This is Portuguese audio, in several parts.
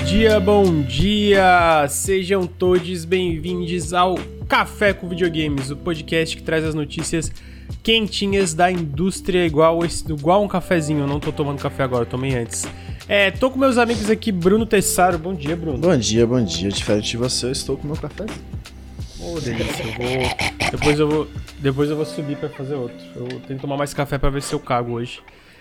bom dia! Sejam todos bem-vindos ao Café com Videogames, o podcast que traz as notícias quentinhas da indústria igual um cafezinho. Eu não tô tomando café agora, eu tomei antes. Tô com meus amigos aqui, Bruno Tessaro. Bom dia, Bruno. Bom dia. Diferente de você, eu estou com meu cafezinho. Ô, delícia, Depois eu vou subir pra fazer outro. Eu tenho que tomar mais café pra ver se eu cago hoje.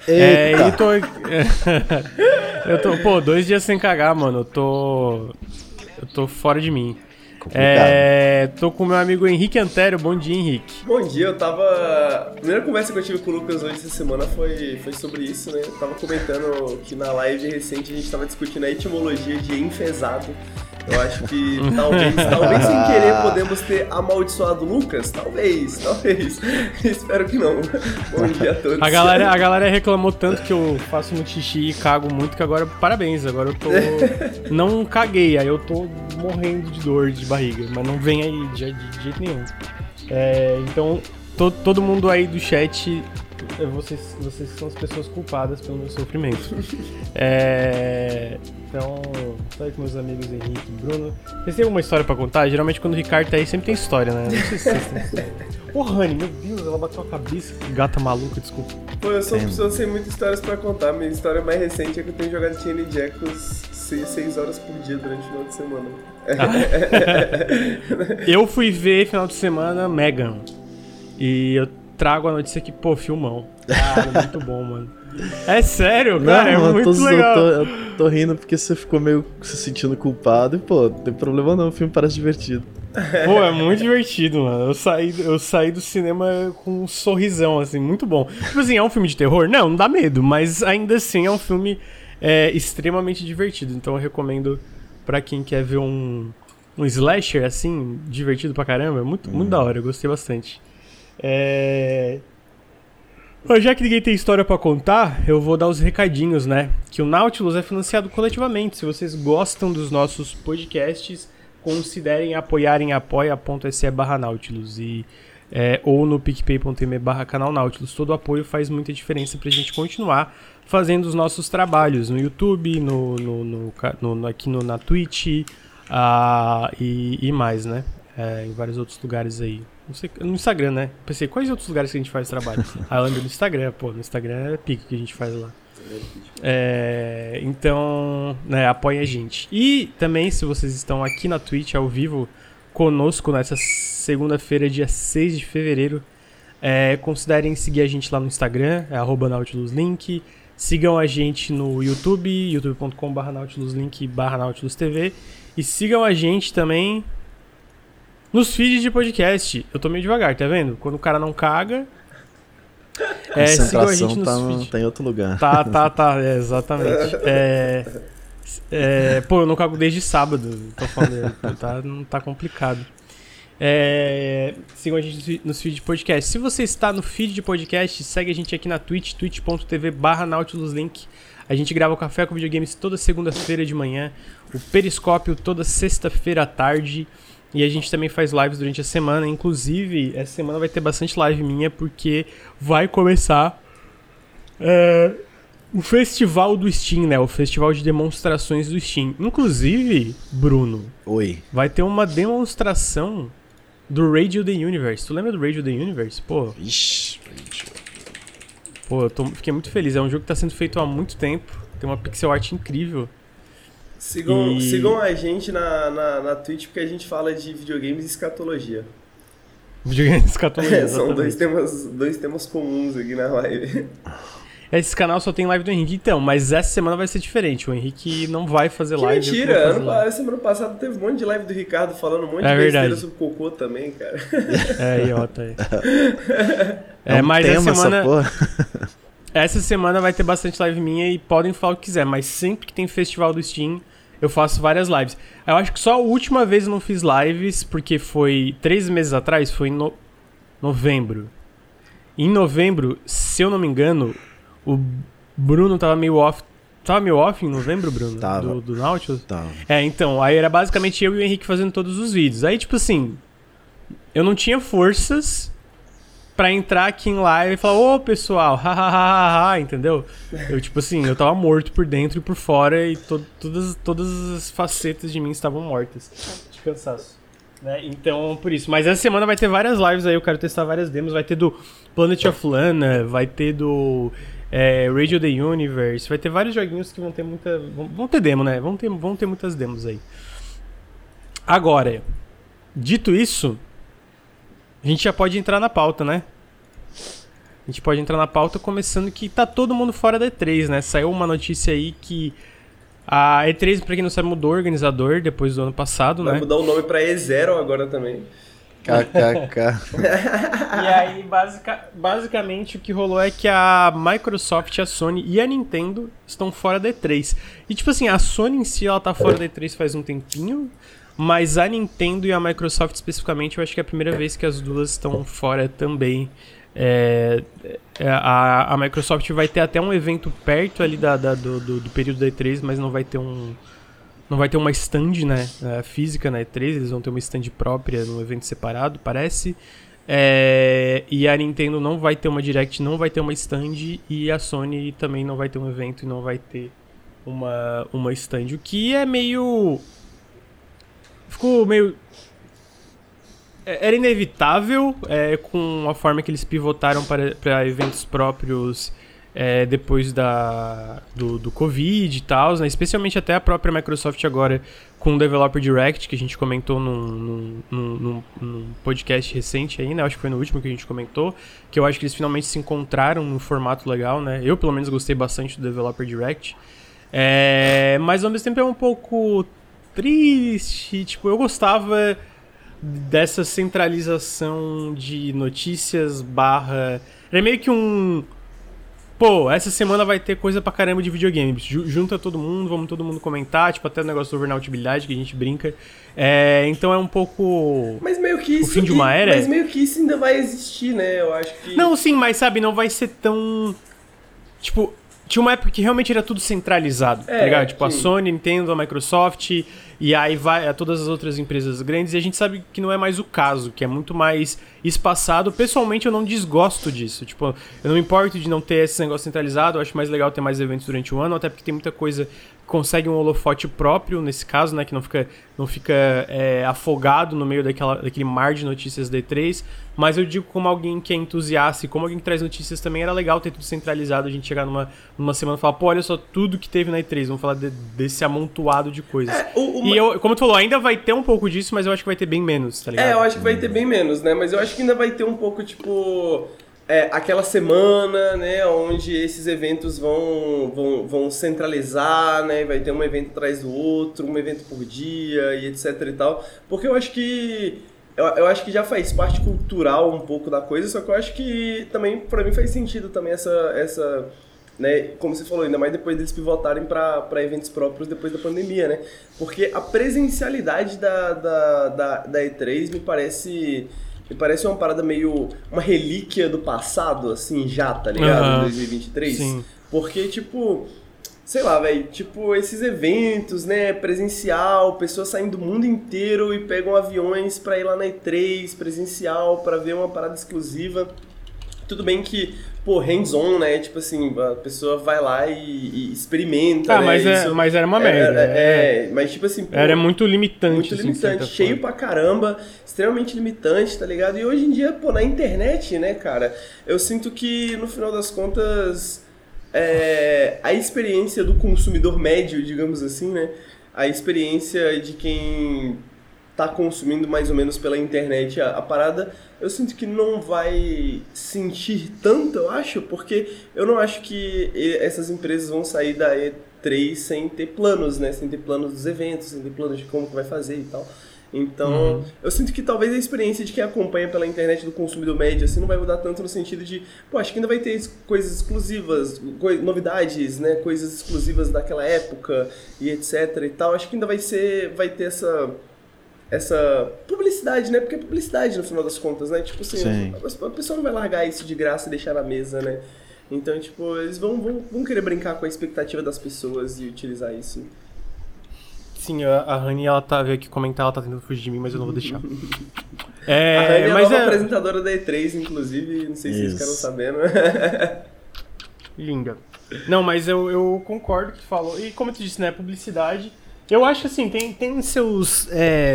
Eu tô, 2 dias sem cagar, mano. Eu tô fora de mim. Tô com meu amigo Henrique Antero. Bom dia, Henrique. Bom dia, a primeira conversa que eu tive com o Lucas hoje essa semana foi sobre isso, né? Eu tava comentando que na live recente a gente tava discutindo a etimologia de enfesado. Eu acho que talvez sem querer podemos ter amaldiçoado o Lucas. Talvez. Espero que não. Bom dia a todos. A galera reclamou tanto que eu faço muito xixi e cago muito que agora, parabéns, agora eu tô... Não caguei, aí eu tô morrendo de dor de barriga, mas não vem aí de jeito nenhum. Então, todo mundo aí do chat, vocês são as pessoas culpadas pelo meu sofrimento. Então, tô aí com meus amigos Henrique e Bruno. Vocês têm alguma história pra contar? Geralmente quando o Ricardo tá aí sempre tem história, né? Não sei se vocês têm história. Ô, Rani, meu Deus, ela bateu a cabeça. Gata maluca, desculpa. Pô, eu sou uma pessoa sem muitas histórias pra contar. Minha história mais recente é que eu tenho jogado TN Jackals 6 horas por dia durante o final de semana. Eu fui ver final de semana Megan. E eu trago a notícia aqui, filmão. Cara, muito bom, mano. É sério, cara, não, é muito legal. Eu tô rindo porque você ficou meio se sentindo culpado e, não tem problema não, o filme parece divertido. Pô, é muito divertido, mano. Eu saí do cinema com um sorrisão, assim, muito bom. Tipo assim, é um filme de terror? Não dá medo, mas ainda assim é um filme extremamente divertido. Então eu recomendo pra quem quer ver um slasher, assim, divertido pra caramba. Muito da hora, eu gostei bastante. Já que ninguém tem história pra contar, eu vou dar os recadinhos, né? Que o Nautilus é financiado coletivamente. Se vocês gostam dos nossos podcasts, considerem apoiar em apoia.se/Nautilus ou no picpay.me/canal Nautilus. Todo apoio faz muita diferença pra gente continuar fazendo os nossos trabalhos no YouTube, aqui na Twitch e mais, né? Em vários outros lugares aí. Não sei, no Instagram, né? Pensei, quais outros lugares que a gente faz trabalho? Eu lembro do Instagram, no Instagram é pique que a gente faz lá. Então, né, apoiem a gente. E também, se vocês estão aqui na Twitch ao vivo conosco nessa segunda-feira, dia 6 de fevereiro, considerem seguir a gente lá no Instagram, @NautilusLink. Sigam a gente no YouTube, youtube.com/NautilusLink/NautilusTV. E sigam a gente também nos feeds de podcast. Eu tô meio devagar, tá vendo? Quando o cara não caga... sigam a gente nos feeds. Tá em outro lugar. Tá, exatamente. Eu não cago desde sábado. Tô falando, não tá complicado. Sigam a gente nos feeds de podcast. Se você está no feed de podcast, segue a gente aqui na Twitch, twitch.tv/NautilusLink. A gente grava o Café com Videogames toda segunda-feira de manhã, o Periscópio toda sexta-feira à tarde, e a gente também faz lives durante a semana. Inclusive, essa semana vai ter bastante live minha, porque vai começar o festival do Steam, né? O festival de demonstrações do Steam. Inclusive, Bruno, Oi. Vai ter uma demonstração do Radio The Universe. Tu lembra do Radio The Universe? Ixi. Fiquei muito feliz. É um jogo que tá sendo feito há muito tempo. Tem uma pixel art incrível. Sigam a gente na Twitch, porque a gente fala de videogames e escatologia. Videogames e escatologia, são dois temas comuns aqui na live. Esse canal só tem live do Henrique, então, mas essa semana vai ser diferente. O Henrique não vai fazer live. Mentira! Semana passada teve um monte de live do Ricardo falando um monte de besteira sobre cocô também, cara. Idiota aí. Mas essa semana vai ter bastante live minha e podem falar o que quiser, mas sempre que tem festival do Steam, eu faço várias lives. Eu acho que só a última vez eu não fiz lives, porque foi 3 meses atrás, foi em novembro. Em novembro, se eu não me engano, o Bruno tava meio off. Tava meio off em novembro, Bruno? Tava. Do Nautilus? Tava. Então, aí era basicamente eu e o Henrique fazendo todos os vídeos. Aí, tipo assim, eu não tinha forças pra entrar aqui em live e falar, ô pessoal, hahaha, entendeu? Eu, tipo assim, eu tava morto por dentro e por fora e todas as facetas de mim estavam mortas de cansaço, né? Então, por isso. Mas essa semana vai ter várias lives aí, eu quero testar várias demos. Vai ter do Planet of Lana, vai ter do Radio the Universe, vai ter vários joguinhos que vão ter muita... Vão ter demo, né? Vão ter muitas demos aí. Agora, dito isso... A gente já pode entrar na pauta, né? A gente pode entrar na pauta começando que tá todo mundo fora da E3, né? Saiu uma notícia aí que a E3, pra quem não sabe, mudou o organizador depois do ano passado, né? Vai mudar o nome pra E0 agora também. KKK. E aí, basicamente, o que rolou é que a Microsoft, a Sony e a Nintendo estão fora da E3. E, tipo assim, a Sony em si, ela tá fora da E3 faz um tempinho... Mas a Nintendo e a Microsoft especificamente, eu acho que é a primeira vez que as duas estão fora também. A Microsoft vai ter até um evento perto ali do período da E3, mas não vai ter uma stand, né, física na E3, eles vão ter uma stand própria num evento separado, parece. E a Nintendo não vai ter uma Direct, não vai ter uma stand, e a Sony também não vai ter um evento e não vai ter uma stand, o que é meio... Ficou meio... Era inevitável com a forma que eles pivotaram para eventos próprios depois do Covid e tal, né? Especialmente até a própria Microsoft agora com o Developer Direct, que a gente comentou num podcast recente aí, né? Acho que foi no último que a gente comentou, que eu acho que eles finalmente se encontraram num formato legal, né? Eu, pelo menos, gostei bastante do Developer Direct. Mas, ao mesmo tempo, é um pouco... triste, tipo, eu gostava dessa centralização de notícias era meio que essa semana vai ter coisa pra caramba de videogame, junta todo mundo, vamos todo mundo comentar, tipo, até o negócio do overnautibilidade que a gente brinca, então é um pouco mas meio que isso, o fim de uma era. Mas meio que isso ainda vai existir, né, eu acho que... Não, sim, mas sabe, não vai ser tão, tipo... Tinha uma época que realmente era tudo centralizado, tá ligado? Tipo, sim. A Sony, a Nintendo, a Microsoft, e aí vai a todas as outras empresas grandes, e a gente sabe que não é mais o caso, que é muito mais espaçado. Pessoalmente, eu não desgosto disso. Tipo, eu não me importo de não ter esse negócio centralizado, eu acho mais legal ter mais eventos durante o ano, até porque tem muita coisa que consegue um holofote próprio, nesse caso, né? Que não fica afogado no meio daquele mar de notícias da E3. Mas eu digo como alguém que é entusiasta e como alguém que traz notícias também, era legal ter tudo centralizado, a gente chegar numa semana e falar, pô, olha só tudo que teve na E3, vamos falar desse amontoado de coisas. E como tu falou, ainda vai ter um pouco disso, mas eu acho que vai ter bem menos, tá ligado? Eu acho que vai ter bem menos, né? Mas eu acho que ainda vai ter um pouco, tipo... aquela semana, né, onde esses eventos vão centralizar, né, vai ter um evento atrás do outro, um evento por dia e etc e tal, porque eu acho que já faz parte cultural um pouco da coisa, só que eu acho que também, pra mim, faz sentido também essa né, como você falou, ainda mais depois deles pivotarem para eventos próprios depois da pandemia, né, porque a presencialidade da E3 me parece uma parada meio... uma relíquia do passado, assim, já, tá ligado? Em 2023. Sim. Porque, tipo... sei lá, velho. Tipo, esses eventos, né? Presencial, pessoas saindo do mundo inteiro e pegam aviões pra ir lá na E3, presencial, pra ver uma parada exclusiva. Tudo bem que, pô, hands-on, né? Tipo assim, a pessoa vai lá e experimenta, né? Mas era uma merda. Mas tipo assim... pô, era muito limitante. Muito limitante, cheio pra caramba, extremamente limitante, tá ligado? E hoje em dia, pô, na internet, né, cara, eu sinto que, no final das contas, a experiência do consumidor médio, digamos assim, né? A experiência de quem tá consumindo mais ou menos pela internet a parada, eu sinto que não vai sentir tanto, eu acho, porque eu não acho que essas empresas vão sair da E3 sem ter planos, né? Sem ter planos dos eventos, sem ter planos de como que vai fazer e tal. Então, eu sinto que talvez a experiência de quem acompanha pela internet do consumidor médio, assim, não vai mudar tanto no sentido de, pô, acho que ainda vai ter coisas exclusivas, novidades, né? Coisas exclusivas daquela época e etc e tal. Acho que ainda vai ter essa publicidade, né? Porque é publicidade no final das contas, né? Tipo assim, a pessoa não vai largar isso de graça e deixar na mesa, né? Então, tipo, eles vão querer brincar com a expectativa das pessoas e utilizar isso. Sim, a Rani, ela veio aqui comentar, ela tá tentando fugir de mim, mas eu não vou deixar. A Rani é a mas nova apresentadora da E3, inclusive, não sei se vocês ficaram sabendo. Linda. Não, mas eu concordo com o que tu falou. E como tu disse, né, publicidade, eu acho que assim, tem seus...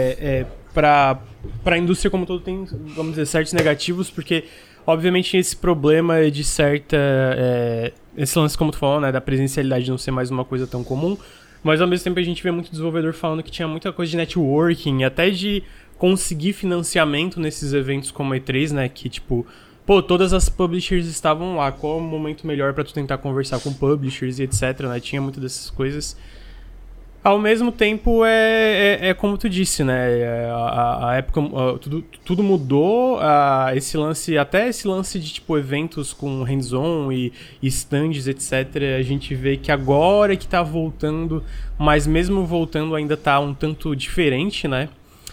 pra indústria como todo tem, vamos dizer, certos negativos, porque obviamente esse problema de certa... esse lance, como tu falou, né, da presencialidade não ser mais uma coisa tão comum, mas ao mesmo tempo a gente vê muito desenvolvedor falando que tinha muita coisa de networking, até de conseguir financiamento nesses eventos como E3, né, que tipo... Pô, todas as publishers estavam lá, qual é o momento melhor pra tu tentar conversar com publishers e etc, né, tinha muitas dessas coisas. Ao mesmo tempo, é como tu disse, né, a época, tudo mudou, até esse lance de, tipo, eventos com hands-on e stands, etc, a gente vê que agora que tá voltando, mas mesmo voltando ainda tá um tanto diferente, né.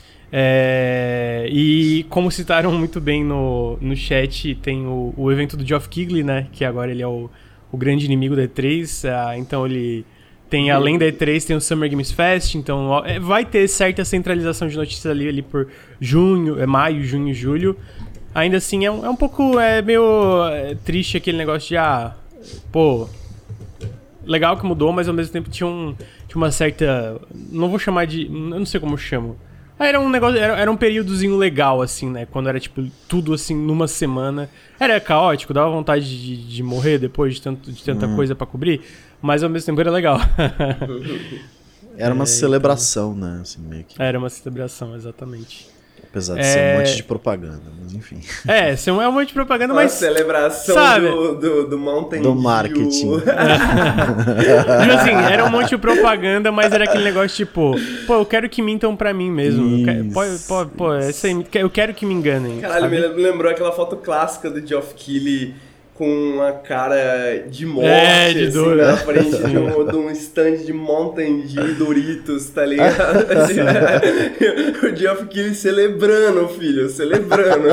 E como citaram muito bem no chat, tem o evento do Geoff Keighley, né, que agora ele é o grande inimigo da E3, então ele tem, além da E3, tem o Summer Games Fest, então vai ter certa centralização de notícias ali por maio, junho, julho. Ainda assim, é um pouco, meio triste aquele negócio de, legal que mudou, mas ao mesmo tempo tinha uma certa, não vou chamar de, eu não sei como eu chamo. Era um negócio, era um períodozinho legal, assim, né? Quando era, tipo, tudo, assim, numa semana. Era caótico, dava vontade de morrer depois de tanta coisa pra cobrir. Mas, ao mesmo tempo, era legal. Era uma celebração, né? Assim, meio que... Era uma celebração, exatamente. Apesar de ser um monte de propaganda, mas enfim. É um monte de propaganda, mas... celebração sabe? do Mountain Do Dew. marketing. Tipo assim, era um monte de propaganda, mas era aquele negócio tipo... Pô, eu quero que mintam pra mim mesmo. Eu quero que me enganem. Caralho, sabe? me lembrou aquela foto clássica do Geoff Keighley com uma cara de morte, de assim, dor, na frente de um stand de Mountain Dew e Doritos, tá ligado? O Geoff Keighley celebrando, filho, celebrando.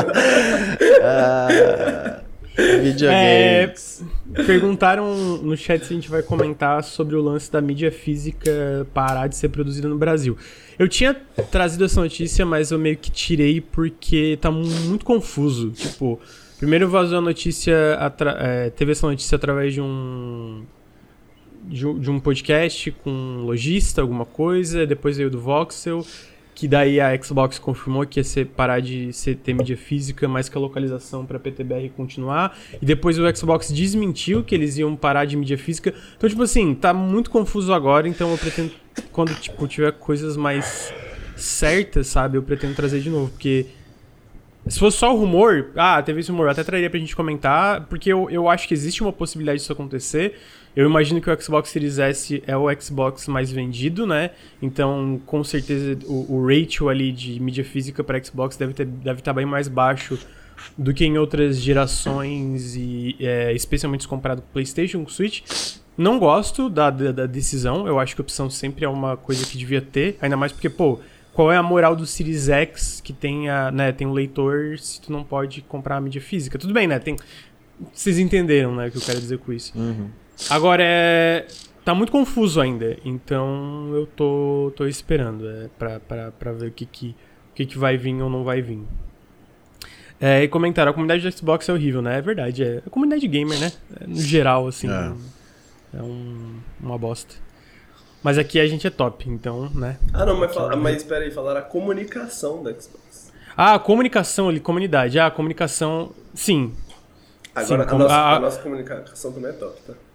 Videogames. Perguntaram no chat se a gente vai comentar sobre o lance da mídia física parar de ser produzida no Brasil. Eu tinha trazido essa notícia, mas eu meio que tirei porque tá muito confuso. Tipo, primeiro vazou a notícia, teve essa notícia através de um podcast com um lojista, alguma coisa, depois veio do Voxel, que daí a Xbox confirmou que ia parar de ter mídia física, mas que a localização para PTBR continuar, e depois o Xbox desmentiu que eles iam parar de mídia física. Então, tipo assim, tá muito confuso agora, então eu pretendo, quando tipo, tiver coisas mais certas, sabe, eu pretendo trazer de novo, porque se fosse só o rumor, teve esse rumor, eu até traria pra gente comentar, porque eu acho que existe uma possibilidade disso acontecer. Eu imagino que o Xbox Series S é o Xbox mais vendido, né? Então, com certeza, o ratio ali de mídia física para Xbox deve estar bem mais baixo do que em outras gerações, e especialmente se comparado com o PlayStation, com o Switch. Não gosto da decisão, eu acho que a opção sempre é uma coisa que devia ter, ainda mais porque, qual é a moral do Series X que tem um leitor se tu não pode comprar a mídia física? Tudo bem, né? Vocês entenderam, né, o que eu quero dizer com isso. Uhum. Agora, tá muito confuso ainda, então eu tô esperando pra ver o que vai vir ou não vai vir. E comentaram, a comunidade do Xbox é horrível, né? É verdade, a comunidade gamer, né? No geral, assim, é uma bosta. Mas aqui a gente é top, então, né? Não, mas espera aí, falaram a comunicação da Xbox. A comunicação ali, comunidade. A comunicação, sim. Agora, sim, a nossa comunicação também é top, tá?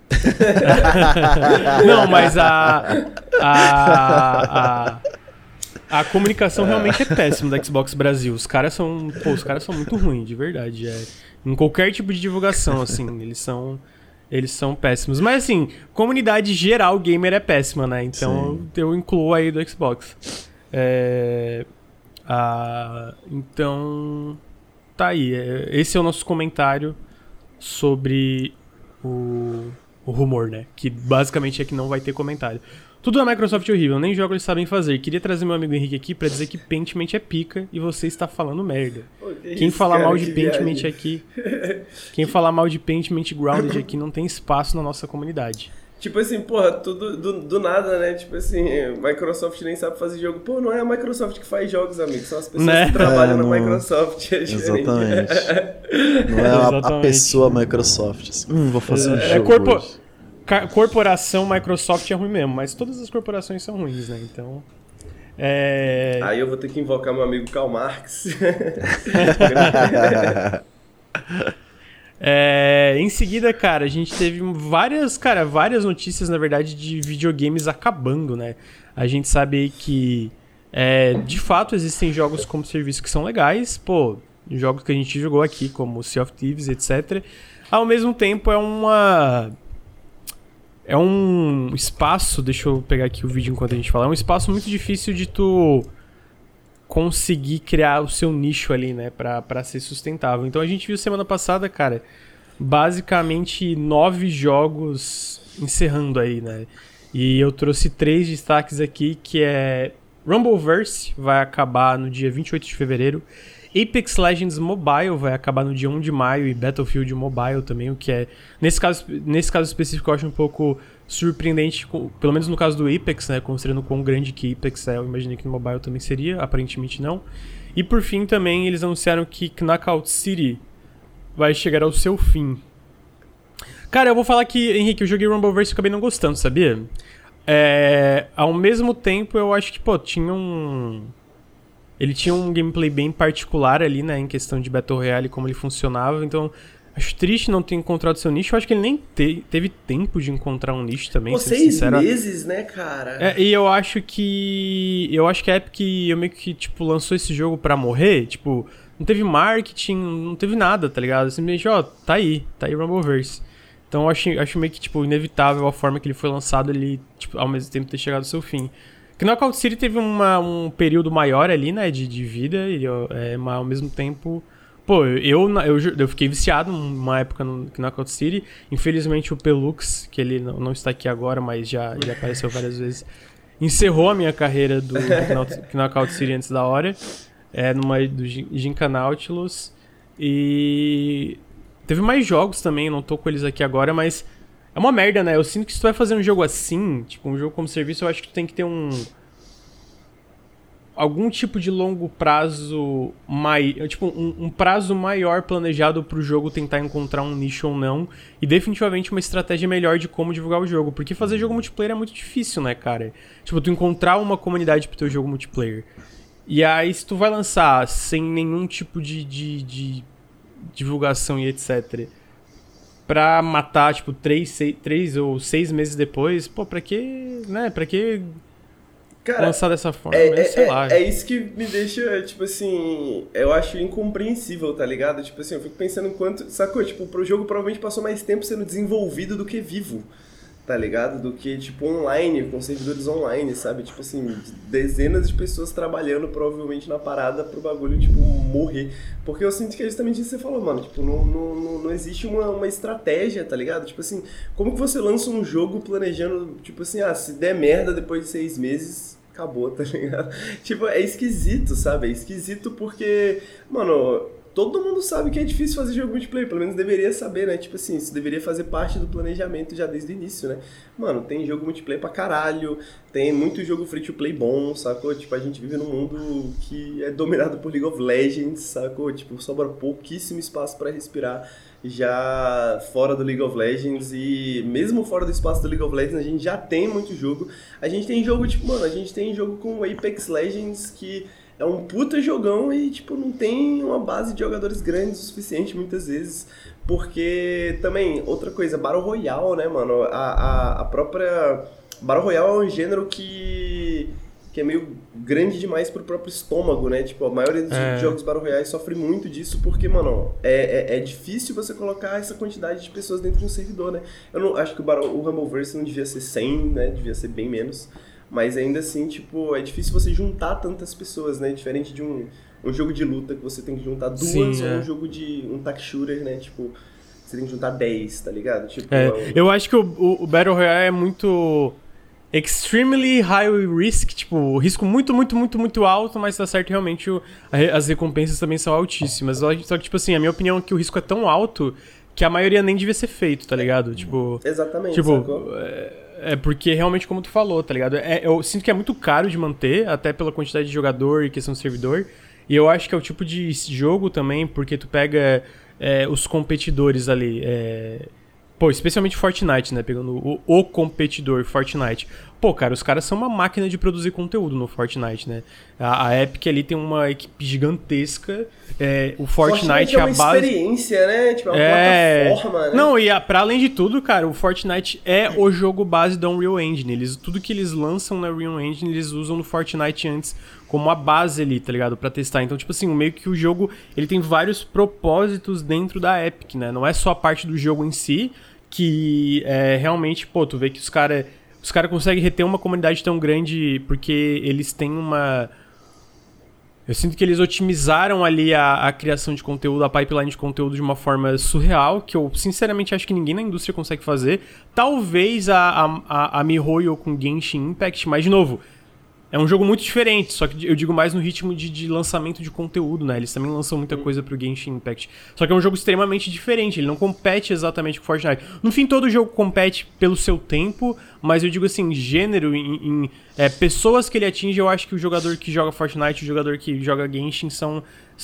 Não, mas a comunicação realmente é péssima da Xbox Brasil. Os caras são muito ruins, de verdade. Em qualquer tipo de divulgação, assim, eles são péssimos. Mas, assim, comunidade geral gamer é péssima, né? Então, eu incluo aí do Xbox. Então, tá aí. Esse é o nosso comentário sobre o rumor, né? Que basicamente é que não vai ter comentário. Tudo da Microsoft é horrível, nem jogos eles sabem fazer. Queria trazer meu amigo Henrique aqui pra dizer que Pentiment é pica e você está falando merda. Quem falar mal de Pentiment aqui... Quem falar mal de Pentiment Grounded aqui não tem espaço na nossa comunidade. Tipo assim, porra, tudo do nada, né? Tipo assim, Microsoft nem sabe fazer jogo. Pô, não é a Microsoft que faz jogos, amigo. São as pessoas que trabalham na Microsoft. Exatamente. Não é a pessoa Microsoft. Vou fazer um jogo hoje. Corporação Microsoft é ruim mesmo, mas todas as corporações são ruins, né? Então... Aí eu vou ter que invocar meu amigo Karl Marx. Em seguida, cara, a gente teve várias notícias, na verdade, de videogames acabando, né? A gente sabe aí que, de fato, existem jogos como serviço que são legais, pô, jogos que a gente jogou aqui, como Sea of Thieves, etc. Ao mesmo tempo, é um espaço, deixa eu pegar aqui o vídeo enquanto a gente fala, é um espaço muito difícil de tu conseguir criar o seu nicho ali, né, pra ser sustentável. Então a gente viu semana passada, cara, basicamente 9 jogos encerrando aí, né, e eu trouxe 3 destaques aqui, que é Rumbleverse, vai acabar no dia 28 de fevereiro, Apex Legends Mobile vai acabar no dia 1 de maio e Battlefield Mobile também, o que é, nesse caso específico, eu acho um pouco surpreendente, pelo menos no caso do Apex, né, considerando quão grande que Apex é, eu imaginei que no Mobile também seria, aparentemente não. E por fim também eles anunciaram que Knockout City vai chegar ao seu fim. Cara, eu vou falar que, Henrique, eu joguei Rumbleverse e acabei não gostando, sabia? Ao mesmo tempo eu acho que, pô, ele tinha um gameplay bem particular ali, né, em questão de Battle Royale, como ele funcionava, então acho triste não ter encontrado seu nicho. Eu acho que ele nem teve tempo de encontrar um nicho também, pô, 6 meses, né, cara? E eu acho que a Epic meio que, tipo, lançou esse jogo pra morrer, tipo, não teve marketing, não teve nada, tá ligado? Simplesmente, tá aí Rumbleverse. Então eu acho meio que, tipo, inevitável a forma que ele foi lançado, ele, tipo, ao mesmo tempo ter chegado ao seu fim. Knockout City teve um período maior ali, né, de vida, mas ao mesmo tempo... Pô, eu fiquei viciado numa época no Knockout City. Infelizmente o Pelux, que ele não está aqui agora, mas já apareceu várias vezes, encerrou a minha carreira do Knockout City antes da hora, do Ginka Nautilus. E teve mais jogos também, não tô com eles aqui agora, mas é uma merda, né? Eu sinto que se tu vai fazer um jogo assim, tipo um jogo como serviço, eu acho que tu tem que ter algum tipo de longo prazo, um prazo maior planejado pro jogo tentar encontrar um nicho ou não, e definitivamente uma estratégia melhor de como divulgar o jogo, porque fazer jogo multiplayer é muito difícil, né, cara? Tipo, tu encontrar uma comunidade pro teu jogo multiplayer. E aí, se tu vai lançar sem nenhum tipo de divulgação e etc, pra matar, tipo, 3 ou 6 meses depois, pô, pra que, né, cara, lançar dessa forma, sei lá. É isso que me deixa, tipo assim, eu acho incompreensível, tá ligado? Tipo assim, eu fico pensando em quanto, sacou? Tipo, pro jogo provavelmente passou mais tempo sendo desenvolvido do que vivo, tá ligado? Do que, tipo, online, com servidores online, sabe? Tipo assim, dezenas de pessoas trabalhando provavelmente na parada pro bagulho, tipo, morrer. Porque eu sinto que é justamente isso que você falou, mano. Tipo, não existe uma estratégia, tá ligado? Tipo assim, como que você lança um jogo planejando, tipo assim, se der merda depois de 6 meses, acabou, tá ligado? Tipo, é esquisito, sabe? É esquisito porque, mano, todo mundo sabe que é difícil fazer jogo multiplayer, pelo menos deveria saber, né? Tipo assim, isso deveria fazer parte do planejamento já desde o início, né? Mano, tem jogo multiplayer pra caralho, tem muito jogo free-to-play bom, sacou? Tipo, a gente vive num mundo que é dominado por League of Legends, sacou? Tipo, sobra pouquíssimo espaço pra respirar já fora do League of Legends, e mesmo fora do espaço do League of Legends a gente já tem muito jogo. A gente tem jogo, tipo, mano, a gente tem jogo com Apex Legends que é um puta jogão e, tipo, não tem uma base de jogadores grandes o suficiente muitas vezes. Porque também, outra coisa, Battle Royale, né, mano? A própria... Battle Royale é um gênero que é meio grande demais pro próprio estômago, né? Tipo, a maioria dos jogos Battle Royale sofre muito disso porque, mano, é difícil você colocar essa quantidade de pessoas dentro de um servidor, né? Eu não acho que o Rumbleverse não devia ser 100, né? Devia ser bem menos. Mas ainda assim, tipo, é difícil você juntar tantas pessoas, né? Diferente de um jogo de luta que você tem que juntar duas, ou um jogo de um tac shooter, né? Tipo, você tem que juntar 10, tá ligado? Tipo, eu acho que o Battle Royale é muito extremely high risk, tipo, risco muito, muito, muito, muito alto, mas tá certo, realmente as recompensas também são altíssimas. Só que, tipo assim, a minha opinião é que o risco é tão alto que a maioria nem devia ser feito, tá ligado? Tipo... Exatamente, Tipo, sacou? é porque realmente, como tu falou, tá ligado? Eu sinto que é muito caro de manter, até pela quantidade de jogador e questão de servidor. E eu acho que é o tipo de jogo também, porque tu pega os competidores ali. Pô, especialmente Fortnite, né? Pegando o competidor Fortnite. Pô, cara, os caras são uma máquina de produzir conteúdo no Fortnite, né? A Epic ali tem uma equipe gigantesca. O Fortnite é a uma base... experiência, né? Tipo, é uma plataforma, né? Não, e pra além de tudo, cara, o Fortnite é o jogo base da Unreal Engine. Tudo que eles lançam na Unreal Engine, eles usam no Fortnite antes como a base ali, tá ligado? Pra testar. Então, tipo assim, meio que o jogo, ele tem vários propósitos dentro da Epic, né? Não é só a parte do jogo em si, que realmente, pô, tu vê que os caras conseguem reter uma comunidade tão grande porque eles têm uma... Eu sinto que eles otimizaram ali a criação de conteúdo, a pipeline de conteúdo de uma forma surreal, que eu sinceramente acho que ninguém na indústria consegue fazer. Talvez a MiHoYo com Genshin Impact, mas de novo... É um jogo muito diferente, só que eu digo mais no ritmo de lançamento de conteúdo, né? Eles também lançam muita coisa pro Genshin Impact. Só que é um jogo extremamente diferente, ele não compete exatamente com Fortnite. No fim, todo jogo compete pelo seu tempo, mas eu digo assim, gênero, em pessoas que ele atinge, eu acho que o jogador que joga Fortnite e o jogador que joga Genshin são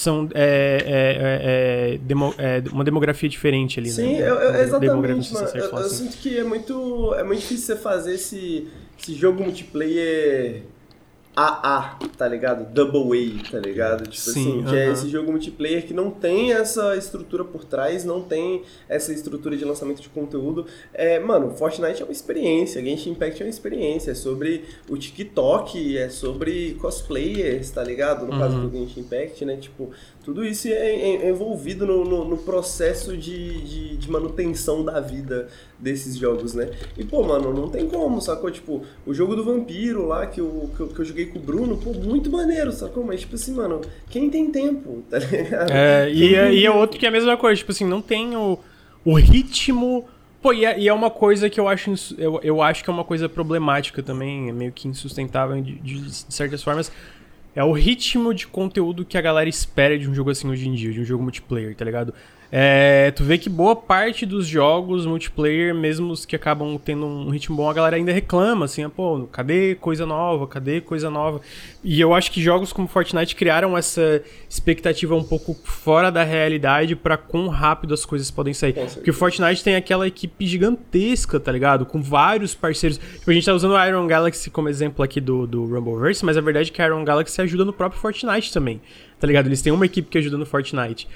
uma demografia diferente ali, Sim, né? exatamente, mano. Eu sinto que é muito difícil você fazer esse jogo multiplayer AA, tá ligado? Double A, tá ligado? Tipo Sim, assim, que é esse jogo multiplayer que não tem essa estrutura por trás, não tem essa estrutura de lançamento de conteúdo. Mano, Fortnite é uma experiência, Genshin Impact é uma experiência, é sobre o TikTok, é sobre cosplayers, tá ligado? No caso do Genshin Impact, né? Tipo, tudo isso é envolvido no processo de manutenção da vida desses jogos, né? E, pô, mano, não tem como, sacou? Tipo, o jogo do vampiro lá, que eu joguei com o Bruno, pô, muito maneiro, sacou? Mas, tipo assim, mano, quem tem tempo, tá ligado? E é outro que é a mesma coisa, tipo assim, não tem o ritmo... Pô, e é uma coisa que eu acho que é uma coisa problemática também, é meio que insustentável de certas formas. É o ritmo de conteúdo que a galera espera de um jogo assim hoje em dia, de um jogo multiplayer, tá ligado? Tu vê que boa parte dos jogos multiplayer, mesmo os que acabam tendo um ritmo bom, a galera ainda reclama, assim, pô, cadê coisa nova? Cadê coisa nova? E eu acho que jogos como Fortnite criaram essa expectativa um pouco fora da realidade pra quão rápido as coisas podem sair. Porque o Fortnite tem aquela equipe gigantesca, tá ligado? Com vários parceiros. Tipo, a gente tá usando a Iron Galaxy como exemplo aqui do Rumbleverse, mas a verdade é que a Iron Galaxy ajuda no próprio Fortnite também, tá ligado? Eles têm uma equipe que ajuda no Fortnite.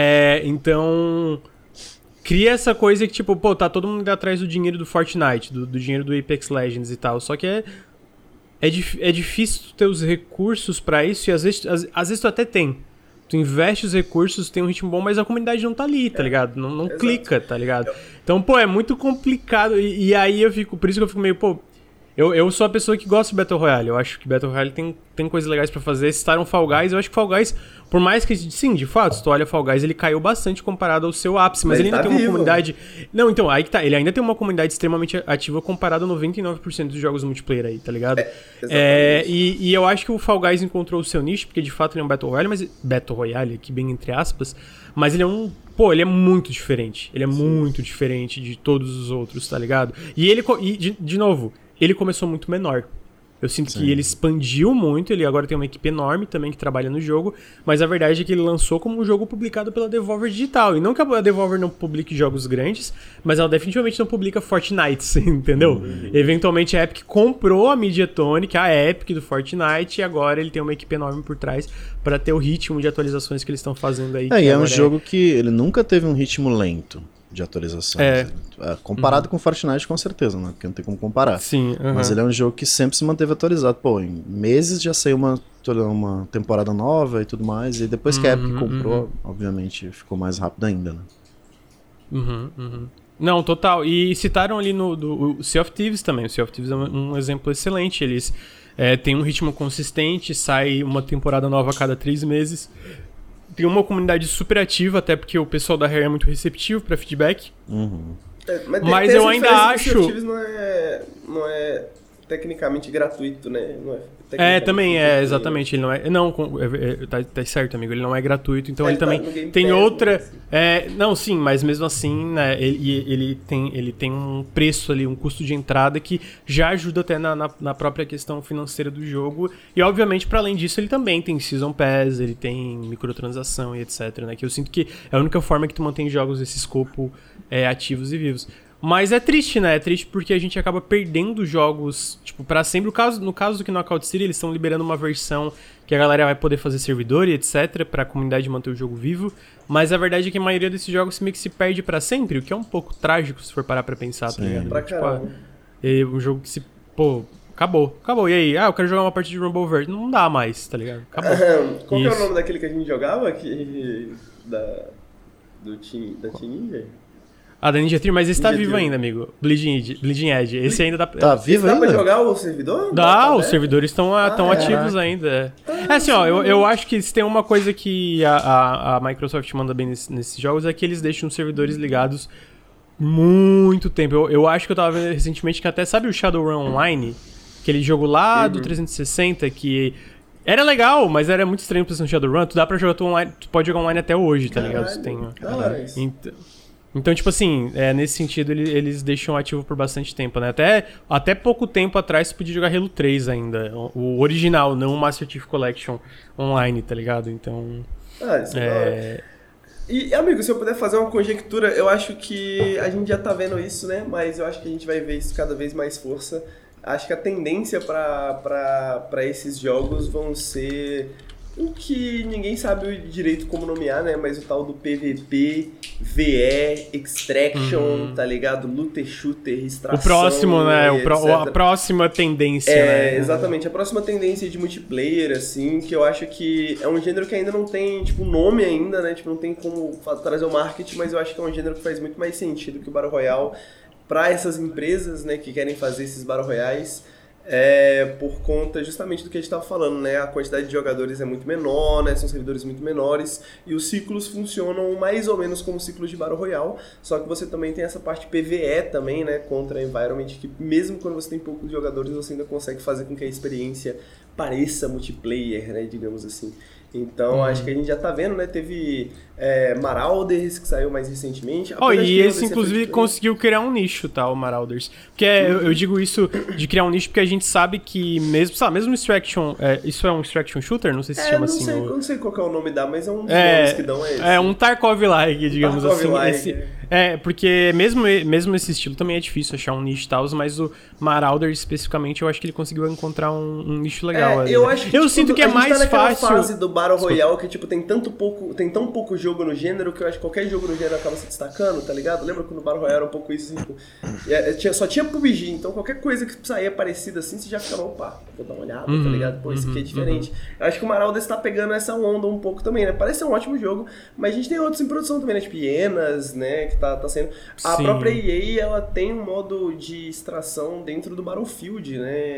Então, cria essa coisa que, tipo, pô, tá todo mundo atrás do dinheiro do Fortnite, do dinheiro do Apex Legends e tal. Só que é difícil ter os recursos pra isso e às vezes tu até tem. Tu investe os recursos, tem um ritmo bom, mas a comunidade não tá ali, tá ligado? Não clica, tá ligado? Então, pô, é muito complicado. E aí por isso que eu fico meio, pô... Eu sou a pessoa que gosta de Battle Royale. Eu acho que Battle Royale tem coisas legais pra fazer. Citaram Fall Guys. Eu acho que Fall Guys, por mais que... Sim, de fato, se tu olha Fall Guys, ele caiu bastante comparado ao seu ápice. Mas ele ainda tem uma comunidade... Não, então, aí que tá. Ele ainda tem uma comunidade extremamente ativa comparado a 99% dos jogos multiplayer aí, tá ligado? E eu acho que o Fall Guys encontrou o seu nicho, porque de fato ele é um Battle Royale, mas... Battle Royale, aqui bem entre aspas. Mas ele é um... Pô, ele é muito diferente. Ele é muito diferente de todos os outros, tá ligado? E ele... de novo... Ele começou muito menor. Eu sinto que ele expandiu muito, ele agora tem uma equipe enorme também que trabalha no jogo, mas a verdade é que ele lançou como um jogo publicado pela Devolver Digital. E não que a Devolver não publique jogos grandes, mas ela definitivamente não publica Fortnite, entendeu? Eventualmente a Epic comprou a Mediatonic, a Epic do Fortnite, e agora ele tem uma equipe enorme por trás para ter o ritmo de atualizações que eles estão fazendo aí. E é um jogo que ele nunca teve um ritmo lento de atualização. Comparado com Fortnite, com certeza, né? Porque não tem como comparar. Sim, Mas ele é um jogo que sempre se manteve atualizado. Pô, em meses já saiu uma temporada nova e tudo mais. E depois que a Epic comprou, obviamente, ficou mais rápido ainda, né? Não, total. E citaram ali do Sea of Thieves também. O Sea of Thieves é um exemplo excelente. Eles têm um ritmo consistente, sai uma temporada nova a cada 3 meses. Tem uma comunidade super ativa, até porque o pessoal da Rare é muito receptivo pra feedback. Mas eu ainda acho... Não é tecnicamente gratuito, né? Não também é, exatamente. Ele não é. Não, tá certo, amigo. Ele não é gratuito, então ele também tem outra. Assim. Não, sim, mas mesmo assim, né? Ele tem um preço ali, um custo de entrada que já ajuda até na própria questão financeira do jogo. E obviamente, para além disso, ele também tem Season Pass, ele tem microtransação e etc, né? Que eu sinto que é a única forma que tu mantém jogos desse escopo ativos e vivos. Mas é triste, né? É triste porque a gente acaba perdendo jogos, tipo, pra sempre. No caso do Knockout City, eles estão liberando uma versão que a galera vai poder fazer servidor e etc, pra comunidade manter o jogo vivo. Mas a verdade é que a maioria desses jogos meio que se perde pra sempre, o que é um pouco trágico se for parar pra pensar, tá ligado? Pra caramba. Um jogo que se... Pô, acabou. E aí? Eu quero jogar uma partida de Rumble Verde. Não dá mais, tá ligado? Acabou. Qual que é o nome daquele que a gente jogava? Da Team Ninja? Da Ninja Theory, mas esse tá vivo ainda, amigo. Bleeding Edge. Esse ainda dá... Tá vivo ainda? Dá pra jogar o servidor? Dá, os servidores estão ativos ainda. Assim, ó, eu acho que se tem uma coisa que a Microsoft manda bem nesses jogos é que eles deixam os servidores ligados muito tempo. Eu acho que eu tava vendo recentemente que até, sabe o Shadowrun Online? Aquele jogo lá do 360 que... Era legal, mas era muito estranho pra ser um Shadowrun. Tu dá pra jogar tu pode jogar online até hoje, tá ligado? Então, tipo assim, nesse sentido, eles deixam ativo por bastante tempo, né? Até pouco tempo atrás, você podia jogar Halo 3 ainda. O original, não o Master Chief Collection online, tá ligado? Então... isso é... E, amigo, se eu puder fazer uma conjectura, eu acho que a gente já tá vendo isso, né? Mas eu acho que a gente vai ver isso cada vez mais força. Acho que a tendência pra esses jogos vão ser... o que ninguém sabe direito como nomear, né? Mas o tal do PVP, VE, Extraction, tá ligado? Looter, shooter, extração... O próximo, né? A próxima tendência, né? Exatamente. A próxima tendência de multiplayer, assim, que eu acho que é um gênero que ainda não tem, tipo, nome ainda, né? Tipo, não tem como trazer o marketing, mas eu acho que é um gênero que faz muito mais sentido que o Battle Royale para essas empresas, né, que querem fazer esses Battle Royales. Por conta justamente do que a gente estava falando, né? A quantidade de jogadores é muito menor, né? São servidores muito menores e os ciclos funcionam mais ou menos como ciclos de Battle Royale, só que você também tem essa parte PvE também, né? Contra a Environment, que mesmo quando você tem poucos jogadores, você ainda consegue fazer com que a experiência pareça multiplayer, né? Digamos assim. Então, acho que a gente já tá vendo, né? Teve Marauders, que saiu mais recentemente. E esse, inclusive, conseguiu criar um nicho, tá? O Marauders. Porque eu digo isso de criar um nicho porque a gente sabe que mesmo Extraction... isso é um Extraction Shooter? Não sei se chama assim. Não sei qual que é o nome mas é um dos nomes que dão esse. É um Tarkov-like, digamos assim. Porque mesmo esse estilo também é difícil achar um nicho e tal, mas o Marauders, especificamente, eu acho que ele conseguiu encontrar um nicho legal. Ali, eu acho que, eu sinto que é mais fácil... fase do Battle Royale que, tipo, tem tão pouco jogo no gênero que eu acho que qualquer jogo no gênero acaba se destacando, tá ligado? Lembra quando o Battle Royale era um pouco isso, assim, tipo, só tinha PUBG, então qualquer coisa que saía parecida assim, você já ficava, opa, vou dar uma olhada, tá ligado? Pô, isso aqui é diferente. Eu acho que o Marauders tá pegando essa onda um pouco também, né? Parece ser um ótimo jogo, mas a gente tem outros em produção também, né? Tipo, Hienas, né? Que tá sendo... A própria EA, ela tem um modo de extração dentro do Battlefield,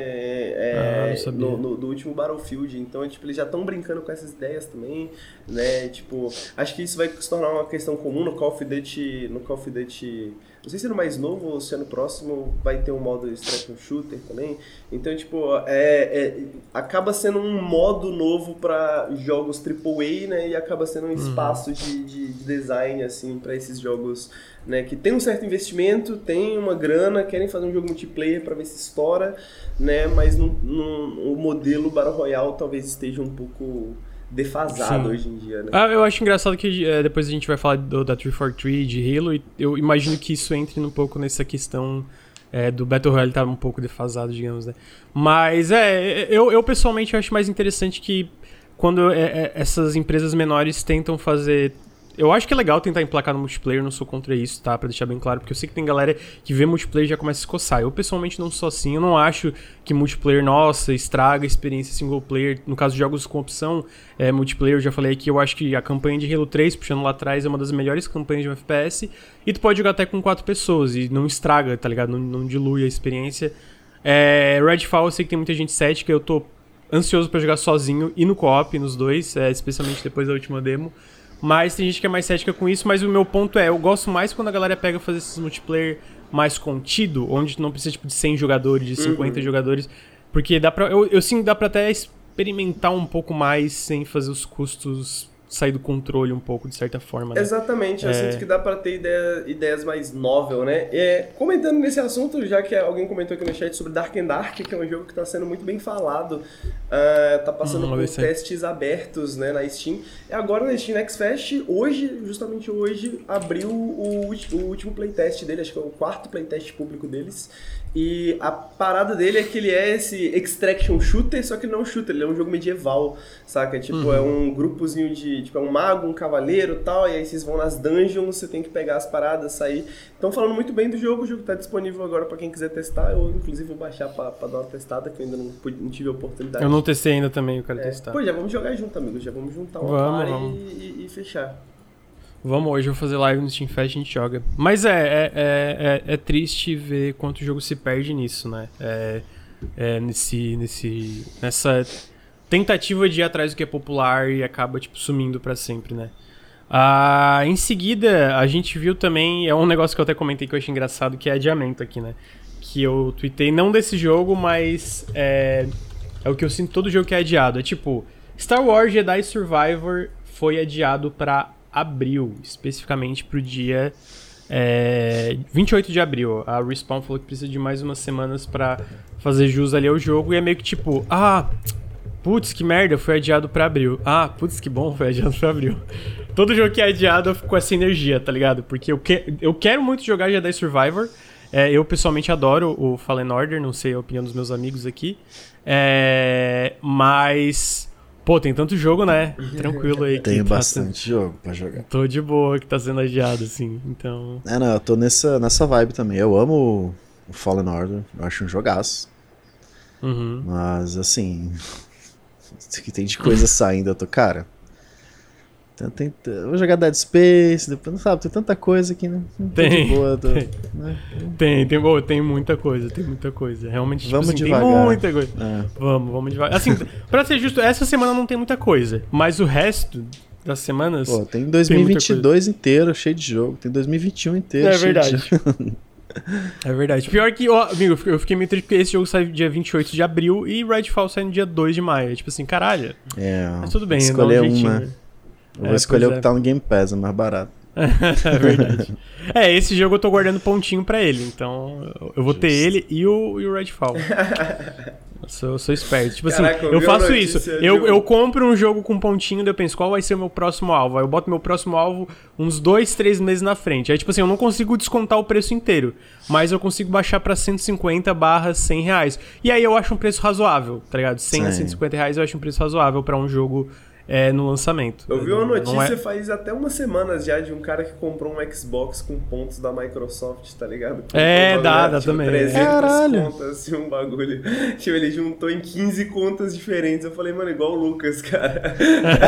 né? Do último Battlefield. Então, tipo, eles já estão brincando com essas ideias também, né? Tipo, acho que isso vai se tornar uma questão comum no Call of Duty, não sei se no mais novo ou se no próximo vai ter um modo Extraction Shooter também. Então, tipo, acaba sendo um modo novo para jogos AAA, né? E acaba sendo um espaço de design, assim, para esses jogos, né? Que tem um certo investimento, tem uma grana, querem fazer um jogo multiplayer para ver se estoura, né? Mas o modelo Battle Royale talvez esteja um pouco defasado hoje em dia, né? Eu acho engraçado que depois a gente vai falar da 343, de Halo, e eu imagino que isso entre um pouco nessa questão do Battle Royale estar um pouco defasado, digamos, né? Mas eu pessoalmente acho mais interessante que quando essas empresas menores tentam fazer... Eu acho que é legal tentar emplacar no multiplayer, não sou contra isso, tá? Pra deixar bem claro, porque eu sei que tem galera que vê multiplayer e já começa a se coçar. Eu, pessoalmente, não sou assim. Eu não acho que multiplayer, nossa, estraga a experiência single player. No caso de jogos com opção multiplayer, eu já falei aqui, eu acho que a campanha de Halo 3, puxando lá atrás, é uma das melhores campanhas de um FPS. E tu pode jogar até com 4 pessoas e não estraga, tá ligado? Não dilui a experiência. Redfall, eu sei que tem muita gente cética, eu tô ansioso pra jogar sozinho e no co-op, nos dois, especialmente depois da última demo. Mas tem gente que é mais cética com isso, mas o meu ponto eu gosto mais quando a galera pega fazer esses multiplayer mais contido, onde tu não precisa tipo, de 100 jogadores, de 50 jogadores, porque dá pra, eu sinto que dá pra até experimentar um pouco mais sem fazer os custos sair do controle um pouco, de certa forma, né? Exatamente, eu sinto que dá pra ter ideias mais novel, né? Comentando nesse assunto, já que alguém comentou aqui no chat sobre Dark and Dark, que é um jogo que tá sendo muito bem falado, tá passando por testes abertos, né, na Steam. E agora na Steam Next Fest, justamente hoje, abriu o último playtest dele, acho que é o 4º playtest público deles. E a parada dele é que ele é esse extraction shooter, só que ele não é um shooter, ele é um jogo medieval, saca? Tipo, é um grupozinho de... Tipo, é um mago, um cavaleiro e tal, e aí vocês vão nas dungeons, você tem que pegar as paradas, sair. Estão falando muito bem do jogo, o jogo tá disponível agora pra quem quiser testar. Eu, inclusive, vou baixar pra dar uma testada, que eu ainda não tive a oportunidade. Eu não testei ainda também, eu quero testar. Pô, já vamos jogar junto, amigos, já vamos juntar uma party e fechar. Vamos, hoje eu vou fazer live no Steam Fest e a gente joga. Mas é triste ver quanto o jogo se perde nisso, né? Nessa tentativa de ir atrás do que é popular e acaba, tipo, sumindo pra sempre, né? Em seguida, a gente viu também, é um negócio que eu até comentei que eu achei engraçado, que é adiamento aqui, né? Que eu tuitei, não desse jogo, mas é o que eu sinto todo jogo que é adiado. É tipo, Star Wars Jedi Survivor foi adiado pra abril, especificamente pro dia 28 de abril. A Respawn falou que precisa de mais umas semanas pra fazer jus ali ao jogo, e é meio que tipo, putz, que merda, foi adiado pra abril. Putz, que bom, foi adiado pra abril. Todo jogo que é adiado eu fico com essa energia, tá ligado? Porque eu quero muito jogar Jedi Survivor. Eu pessoalmente adoro o Fallen Order, não sei a opinião dos meus amigos aqui. Mas... Pô, tem tanto jogo, né? Tranquilo aí. Tem bastante jogo pra jogar. Tô de boa que tá sendo adiado, assim, então... Não, eu tô nessa vibe também. Eu amo o Fallen Order, eu acho um jogaço. Mas, assim... O que tem de coisa saindo, eu tô... Cara... Eu vou jogar Dead Space, depois, não sabe, tem tanta coisa aqui, né? Tem, de boa, né? Tem muita coisa, realmente, tipo, vamos assim, devagar. Tem muita coisa. Vamos devagar. Assim, pra ser justo, essa semana não tem muita coisa, mas o resto das semanas... Pô, tem 2022 inteiro cheio de jogo, tem 2021 inteiro cheio de jogo. É verdade. Pior que, amigo, eu fiquei meio triste porque esse jogo sai dia 28 de abril e Redfall sai no dia 2 de maio. Tipo assim, caralho. Mas tudo bem, escolher um jeitinho, né? Eu vou escolher o que tá no Game Pass, é mais barato. É verdade. Esse jogo eu tô guardando pontinho pra ele, então eu vou ter ele e o Redfall. Eu sou esperto. Tipo, caraca, assim, eu faço isso. Eu compro um jogo com pontinho, daí eu penso, qual vai ser o meu próximo alvo? Aí eu boto meu próximo alvo uns 2-3 meses na frente. Aí, tipo assim, eu não consigo descontar o preço inteiro, mas eu consigo baixar pra 150/100 reais. E aí eu acho um preço razoável, tá ligado? 100 a 150 reais eu acho um preço razoável pra um jogo... no lançamento. Eu vi uma notícia faz até umas semanas já de um cara que comprou um Xbox com pontos da Microsoft, tá ligado? Dá também. 300 contas, assim, um bagulho. Tipo, ele juntou em 15 contas diferentes. Eu falei, mano, igual o Lucas, cara.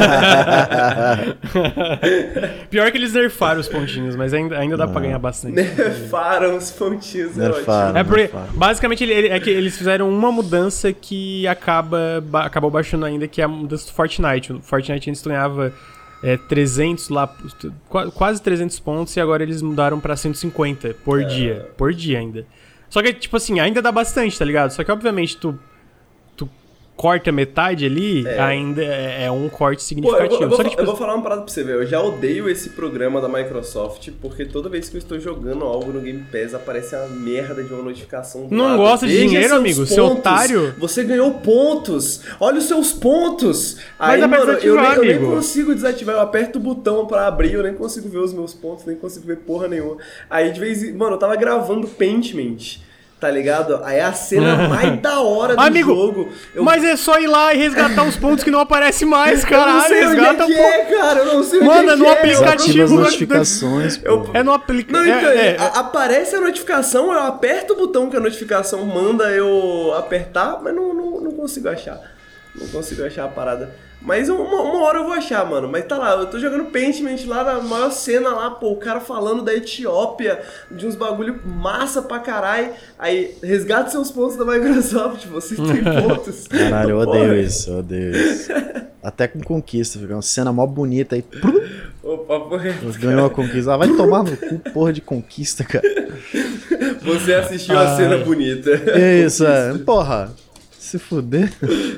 Pior que eles nerfaram os pontinhos, mas ainda dá pra ganhar bastante. Nerfaram os pontinhos, ótimo. Porque, basicamente, é que eles fizeram uma mudança que acabou baixando ainda, que é a mudança do Fortnite. O Fortnite antes ganhava 300 lá, quase 300 pontos, e agora eles mudaram pra 150 por dia. Por dia ainda. Só que, tipo assim, ainda dá bastante, tá ligado? Só que, obviamente, tu corta metade ali, ainda é um corte significativo. Eu vou falar uma parada pra você ver. Eu já odeio esse programa da Microsoft, porque toda vez que eu estou jogando algo no Game Pass, aparece uma merda de uma notificação. Não gosta de dinheiro, amigo? Seu otário. Você ganhou pontos. Olha os seus pontos. Mas aí, mano, eu nem amigo. consigo desativar. Eu aperto o botão pra abrir, eu nem consigo ver os meus pontos, nem consigo ver porra nenhuma. Aí, de vez em... Mano, eu tava gravando Paintment, tá ligado? Aí é a cena mais da hora do jogo. Mas é só ir lá e resgatar os pontos que não aparecem mais, caralho. Eu não sei resgata onde cara. Eu não sei onde Mano, é no aplicativo. As notificações, É no aplicativo. Não, então, aparece a notificação, eu aperto o botão que a notificação manda eu apertar, mas não consigo achar. Não consigo achar a parada. Mas uma hora eu vou achar, mano. Mas tá lá, eu tô jogando Paintment lá na maior cena lá, pô, o cara falando da Etiópia, de uns bagulho massa pra caralho. Aí, resgate seus pontos da Microsoft, você tem pontos. Caralho, eu odeio isso. Até com conquista, fica uma cena mó bonita aí. Opa, porra. Ganhou a conquista. Vai tomar no cu, porra de conquista, cara. Você assistiu a cena bonita. Isso, porra, se fuder.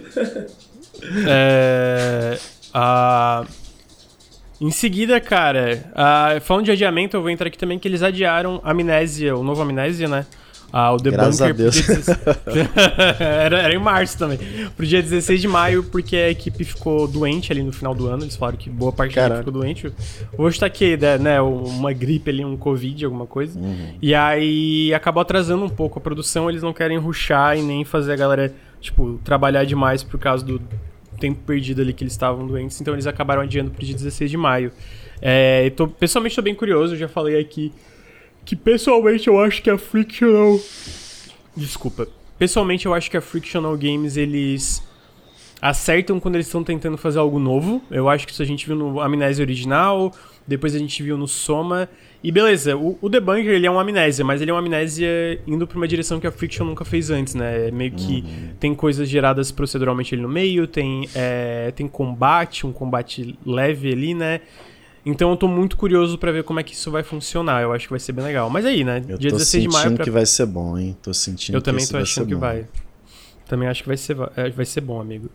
Em seguida, cara, falando de adiamento, eu vou entrar aqui também que eles adiaram Amnésia, o novo Amnésia, né? O The Graças Bunker. a Deus. Era em março também. Pro dia 16 de maio, porque a equipe ficou doente ali no final do ano. Eles falaram que boa parte da equipe ficou doente. Vou chutar que, né, uma gripe ali, um Covid, alguma coisa. E aí acabou atrasando um pouco a produção. Eles não querem rushar e nem fazer a galera, tipo, trabalhar demais por causa do tempo perdido ali que eles estavam doentes. Então eles acabaram adiando pro dia 16 de maio. Pessoalmente tô bem curioso, eu já falei aqui que pessoalmente eu acho que a Frictional... Desculpa. Pessoalmente eu acho que a Frictional Games, eles acertam quando eles estão tentando fazer algo novo. Eu acho que isso a gente viu no Amnésia original, depois a gente viu no Soma. E beleza, o The Bunker, ele é um Amnésia, mas ele é um Amnésia indo pra uma direção que a Friction nunca fez antes, né? Meio que tem coisas geradas proceduralmente ali no meio, tem combate, um combate leve ali, né? Então eu tô muito curioso pra ver como é que isso vai funcionar. Eu acho que vai ser bem legal. Mas aí, né? Dia 16 de maio. Eu tô sentindo que vai ser bom, hein? Tô sentindo eu também tô achando que vai. Também acho que vai ser bom, amigo.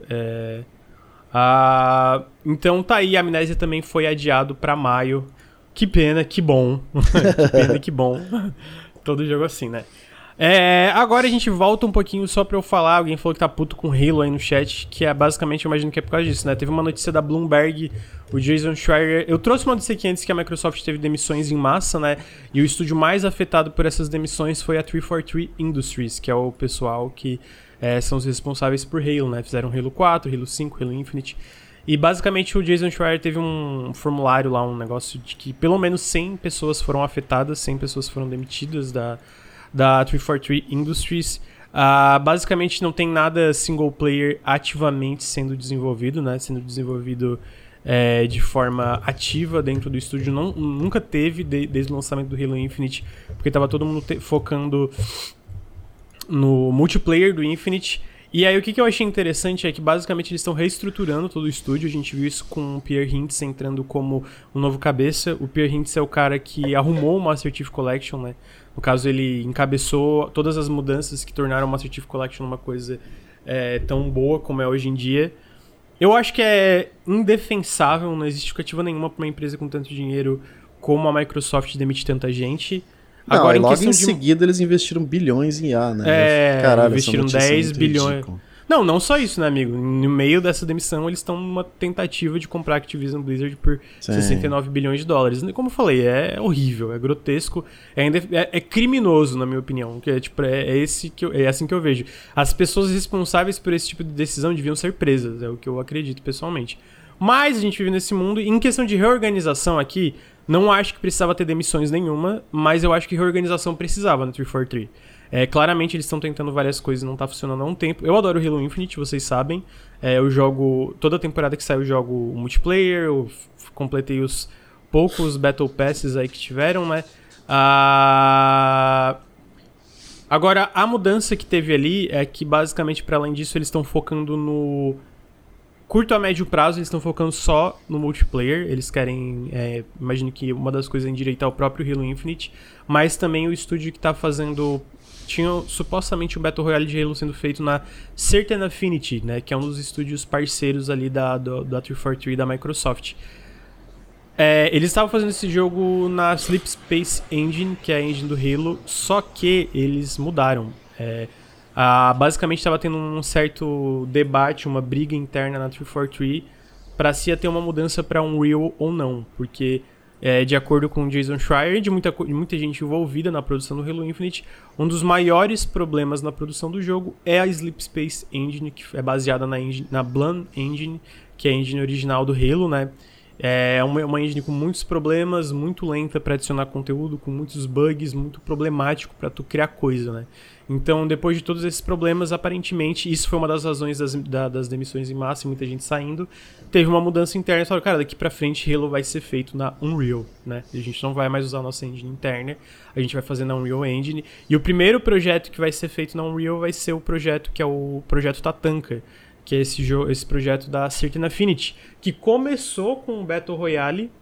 Então tá aí, a Amnésia também foi adiado pra maio. Que pena, que bom. Que pena, que bom. Todo jogo assim, né? Agora a gente volta um pouquinho só pra eu falar. Alguém falou que tá puto com Halo aí no chat, que é basicamente, eu imagino que é por causa disso, né? Teve uma notícia da Bloomberg, o Jason Schreier... Eu trouxe uma notícia aqui antes que a Microsoft teve demissões em massa, né? E o estúdio mais afetado por essas demissões foi a 343 Industries, que é o pessoal que são os responsáveis por Halo, né? Fizeram Halo 4, Halo 5, Halo Infinite... E basicamente o Jason Schreier teve um formulário lá, um negócio de que pelo menos 100 pessoas foram afetadas, 100 pessoas foram demitidas da 343 Industries. Basicamente não tem nada single player ativamente sendo desenvolvido, né? Sendo desenvolvido de forma ativa dentro do estúdio. Nunca teve desde o lançamento do Halo Infinite, porque estava todo mundo focando no multiplayer do Infinite. E aí o que eu achei interessante é que basicamente eles estão reestruturando todo o estúdio. A gente viu isso com o Pierre Hintz entrando como o novo cabeça. O Pierre Hintz é o cara que arrumou o Master Chief Collection, né? No caso, ele encabeçou todas as mudanças que tornaram o Master Chief Collection uma coisa tão boa como é hoje em dia. Eu acho que é indefensável, não existe justificativa nenhuma para uma empresa com tanto dinheiro como a Microsoft demitir tanta gente. Não, agora, logo em seguida eles investiram bilhões em IA, né? Caralho, investiram 10 bilhões. Ridículo. Não só isso, né, amigo? No meio dessa demissão, eles estão numa tentativa de comprar a Activision Blizzard por 69 bilhões de dólares. Como eu falei, é horrível, é grotesco, é criminoso, na minha opinião. Que é assim que eu vejo. As pessoas responsáveis por esse tipo de decisão deviam ser presas, é o que eu acredito pessoalmente. Mas a gente vive nesse mundo, e em questão de reorganização aqui, não acho que precisava ter demissões nenhuma, mas eu acho que reorganização precisava no 343. Claramente eles estão tentando várias coisas e não tá funcionando há um tempo. Eu adoro Halo Infinite, vocês sabem. Eu jogo... Toda temporada que sai eu jogo o multiplayer, eu completei os poucos Battle Passes aí que tiveram, né? Agora, a mudança que teve ali é que basicamente, para além disso, eles estão focando no... Curto a médio prazo, eles estão focando só no multiplayer. Eles querem, imagino que uma das coisas é endireitar o próprio Halo Infinite, mas também o estúdio que tá fazendo... Tinha supostamente um Battle Royale de Halo sendo feito na Certain Affinity, né, que é um dos estúdios parceiros ali da 343 da Microsoft. Eles estavam fazendo esse jogo na Sleep Space Engine, que é a engine do Halo, só que eles mudaram. Basicamente estava tendo um certo debate, uma briga interna na 343 para se ia ter uma mudança para Unreal ou não, porque de acordo com o Jason Schreier e de muita gente envolvida na produção do Halo Infinite, um dos maiores problemas na produção do jogo é a Sleep Space Engine, que é baseada na Blan Engine, que é a engine original do Halo, né? É uma engine com muitos problemas, muito lenta para adicionar conteúdo, com muitos bugs, muito problemático para tu criar coisa, né? Então, depois de todos esses problemas, aparentemente, isso foi uma das razões das demissões em massa, muita gente saindo, teve uma mudança interna e falaram, cara, daqui pra frente Halo vai ser feito na Unreal, né? A gente não vai mais usar a nossa engine interna, a gente vai fazer na Unreal Engine, e o primeiro projeto que vai ser feito na Unreal vai ser o projeto que é o projeto Tatanka, que é esse projeto da Certain Affinity, que começou com o Battle Royale,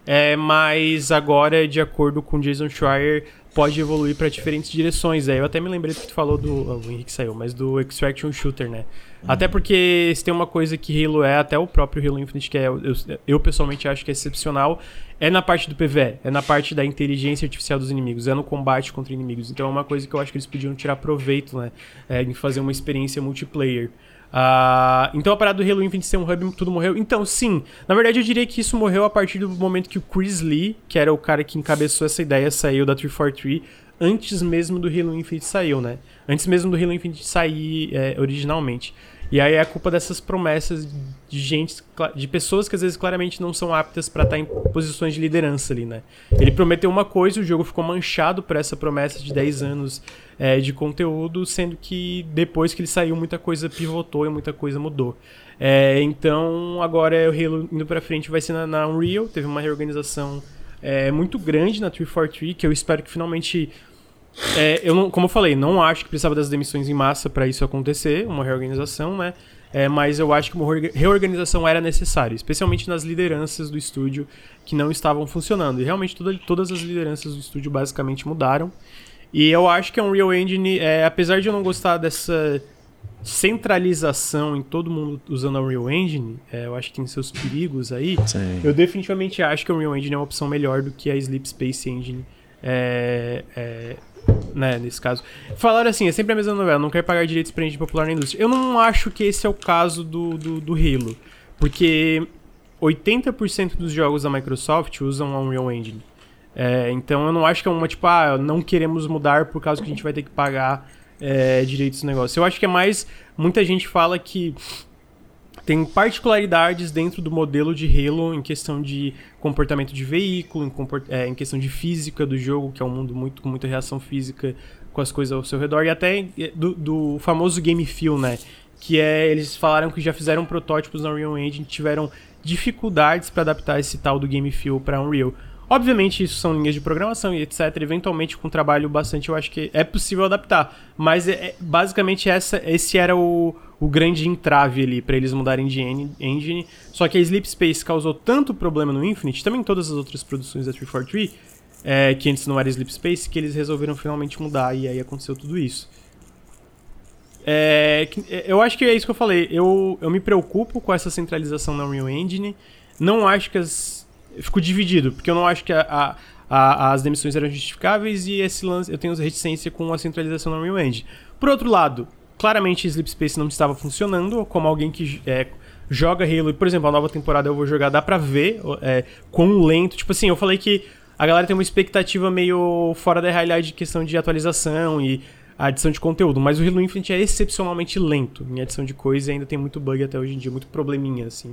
mas agora, de acordo com Jason Schreier, pode evoluir para diferentes direções. Eu até me lembrei do que tu falou o Henrique saiu, mas do Extraction Shooter, né? Até porque se tem uma coisa que Halo até o próprio Halo Infinite, que eu pessoalmente acho que é excepcional, é na parte do PvE, é na parte da inteligência artificial dos inimigos, é no combate contra inimigos. Então é uma coisa que eu acho que eles podiam tirar proveito, né? Em fazer uma experiência multiplayer. Então a parada do Halo Infinite ser um hub, tudo morreu. Então sim, na verdade eu diria que isso morreu a partir do momento que o Chris Lee, que era o cara que encabeçou essa ideia, saiu da 343 antes mesmo do Halo Infinite saiu, né? Antes mesmo do Halo Infinite sair originalmente. E aí é a culpa dessas promessas de pessoas que às vezes claramente não são aptas pra estar em posições de liderança ali, né? Ele prometeu uma coisa, o jogo ficou manchado por essa promessa de 10 anos de conteúdo, sendo que depois que ele saiu muita coisa pivotou e muita coisa mudou. Então agora o Halo indo pra frente vai ser na Unreal, teve uma reorganização muito grande na 343, que eu espero que finalmente... como eu falei, não acho que precisava das demissões em massa para isso acontecer, uma reorganização, né? Mas eu acho que uma reorganização era necessária, especialmente nas lideranças do estúdio que não estavam funcionando. E realmente todas as lideranças do estúdio basicamente mudaram. E eu acho que a Unreal Engine, apesar de eu não gostar dessa centralização em todo mundo usando a Unreal Engine, eu acho que tem seus perigos aí. Sim. Eu definitivamente acho que a Unreal Engine é uma opção melhor do que a Sleep Space Engine. Né, nesse caso. Falaram assim, é sempre a mesma novela, não quer pagar direitos pra gente popular na indústria. Eu não acho que esse é o caso do Halo, porque 80% dos jogos da Microsoft usam a Unreal Engine. Então eu não acho que é uma tipo, não queremos mudar por causa que a gente vai ter que pagar direitos do negócio. Eu acho que é mais, muita gente fala que tem particularidades dentro do modelo de Halo em questão de comportamento de veículo, em questão de física do jogo, que é um mundo com muita reação física com as coisas ao seu redor, e até do famoso game feel, né? Que eles falaram que já fizeram protótipos na Unreal Engine, tiveram dificuldades para adaptar esse tal do game feel para Unreal. Obviamente isso são linhas de programação e etc. Eventualmente com trabalho bastante eu acho que é possível adaptar. Mas basicamente esse era o grande entrave ali para eles mudarem de engine. Só que a Sleep Space causou tanto problema no Infinite, também em todas as outras produções da 343, que antes não era Sleep Space, que eles resolveram finalmente mudar e aí aconteceu tudo isso. Eu acho que é isso que eu falei. Eu me preocupo com essa centralização na Unreal Engine. Não acho que eu fico dividido, porque eu não acho que as demissões eram justificáveis e esse lance, eu tenho reticência com a centralização na Unreal Engine. Por outro lado, claramente Sleep Space não estava funcionando, como alguém que joga Halo, e por exemplo, a nova temporada eu vou jogar, dá pra ver quão lento, tipo assim, eu falei que a galera tem uma expectativa meio fora da realidade de questão de atualização e adição de conteúdo, mas o Halo Infinite é excepcionalmente lento em adição de coisa e ainda tem muito bug até hoje em dia, muito probleminha, assim.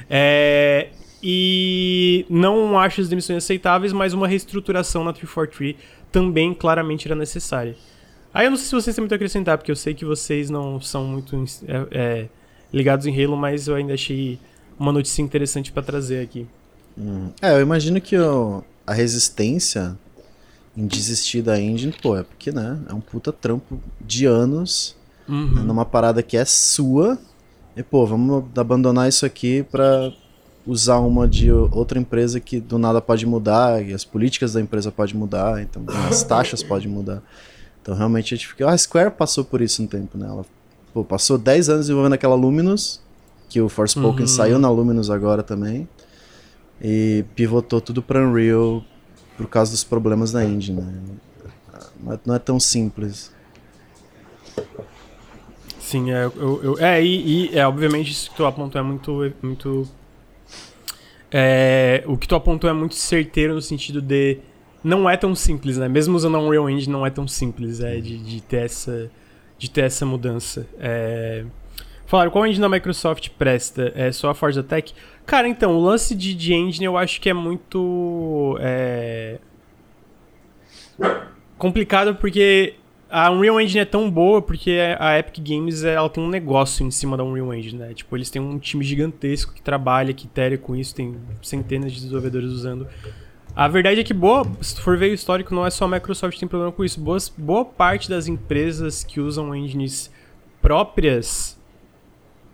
E não acho as demissões aceitáveis, mas uma reestruturação na 343 também claramente era necessária. Aí eu não sei se vocês têm muito a acrescentar, porque eu sei que vocês não são muito ligados em Halo, mas eu ainda achei uma notícia interessante pra trazer aqui. Eu imagino que a resistência em desistir da engine, é porque, né, é um puta trampo de anos numa parada que é sua, e, vamos abandonar isso aqui pra usar uma de outra empresa que do nada pode mudar, e as políticas da empresa podem mudar, então as taxas podem mudar. Então realmente a gente fica... A Square passou por isso um tempo, né? Ela passou 10 anos desenvolvendo aquela Luminous, que o Forspoken saiu na Luminous agora também, e pivotou tudo pra Unreal por causa dos problemas da engine, né? Não é tão simples. Sim, obviamente isso que tu apontou é muito o que tu apontou é muito certeiro no sentido de não é tão simples, né? Mesmo usando a Unreal Engine não é tão simples de ter essa mudança. Falaram, qual engine da Microsoft presta? É só a Forza Tech? Cara, então, o lance de engine eu acho que é muito complicado porque a Unreal Engine é tão boa porque a Epic Games ela tem um negócio em cima da Unreal Engine, né? Tipo, eles têm um time gigantesco que trabalha, que itera com isso, tem centenas de desenvolvedores usando. A verdade é que se tu for ver o histórico, não é só a Microsoft que tem problema com isso. Boa parte das empresas que usam engines próprias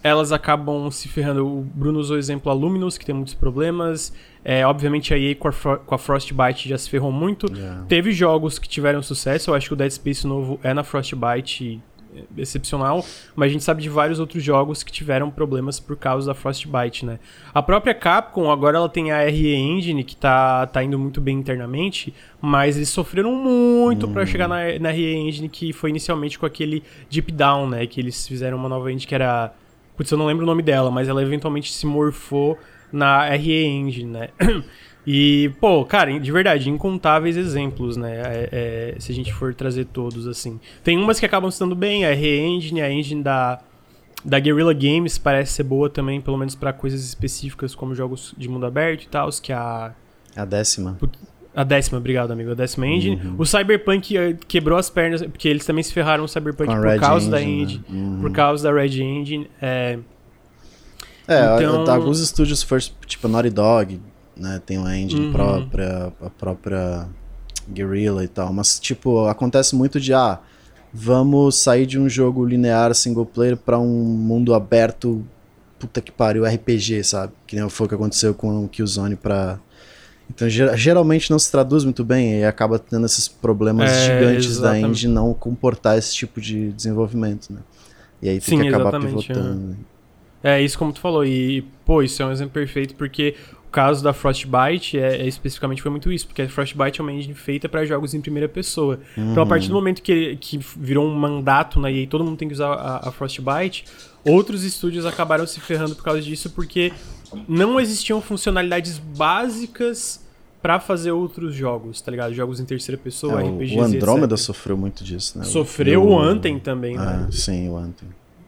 elas acabam se ferrando. O Bruno usou o exemplo a Luminous, que tem muitos problemas. Obviamente a EA com a Frostbite já se ferrou muito. Teve jogos que tiveram sucesso, eu acho que o Dead Space novo é na Frostbite, excepcional, mas a gente sabe de vários outros jogos que tiveram problemas por causa da Frostbite, né? A própria Capcom, agora ela tem a RE Engine, que tá indo muito bem internamente, mas eles sofreram muito pra chegar na RE Engine, que foi inicialmente com aquele Deep Down, né? Que eles fizeram uma nova engine que era... Putz, eu não lembro o nome dela, mas ela eventualmente se morfou na RE Engine, né? E, pô, cara, de verdade, incontáveis exemplos, né? Se a gente for trazer todos, assim. Tem umas que acabam se dando bem, a RE Engine, a engine da Guerrilla Games parece ser boa também, pelo menos pra coisas específicas, como jogos de mundo aberto e tal, que A 10ª. A 10ª, obrigado, amigo. A 10ª Engine. O Cyberpunk quebrou as pernas, porque eles também se ferraram o Cyberpunk por causa da engine, por causa da Red Engine. Então... alguns estúdios, tipo Naughty Dog, né, tem uma engine própria, a própria Guerrilla e tal, mas tipo, acontece muito de vamos sair de um jogo linear single player pra um mundo aberto, puta que pariu, RPG, sabe? Que nem foi o que aconteceu com o Killzone pra... Então geralmente não se traduz muito bem e acaba tendo esses problemas gigantes exatamente. da engine não comportar esse tipo de desenvolvimento, né? E aí tem que acabar pivotando. Isso como tu falou, e pô, isso é um exemplo perfeito, porque o caso da Frostbite especificamente foi muito isso, porque a Frostbite é uma engine feita para jogos em primeira pessoa. Então a partir do momento que virou um mandato na EA, todo mundo tem que usar a Frostbite, outros estúdios acabaram se ferrando por causa disso, porque não existiam funcionalidades básicas pra fazer outros jogos, tá ligado? Jogos em terceira pessoa, RPGs, o Andromeda etc. sofreu muito disso, né? Sofreu o Anthem também, né? Sim, o Anthem.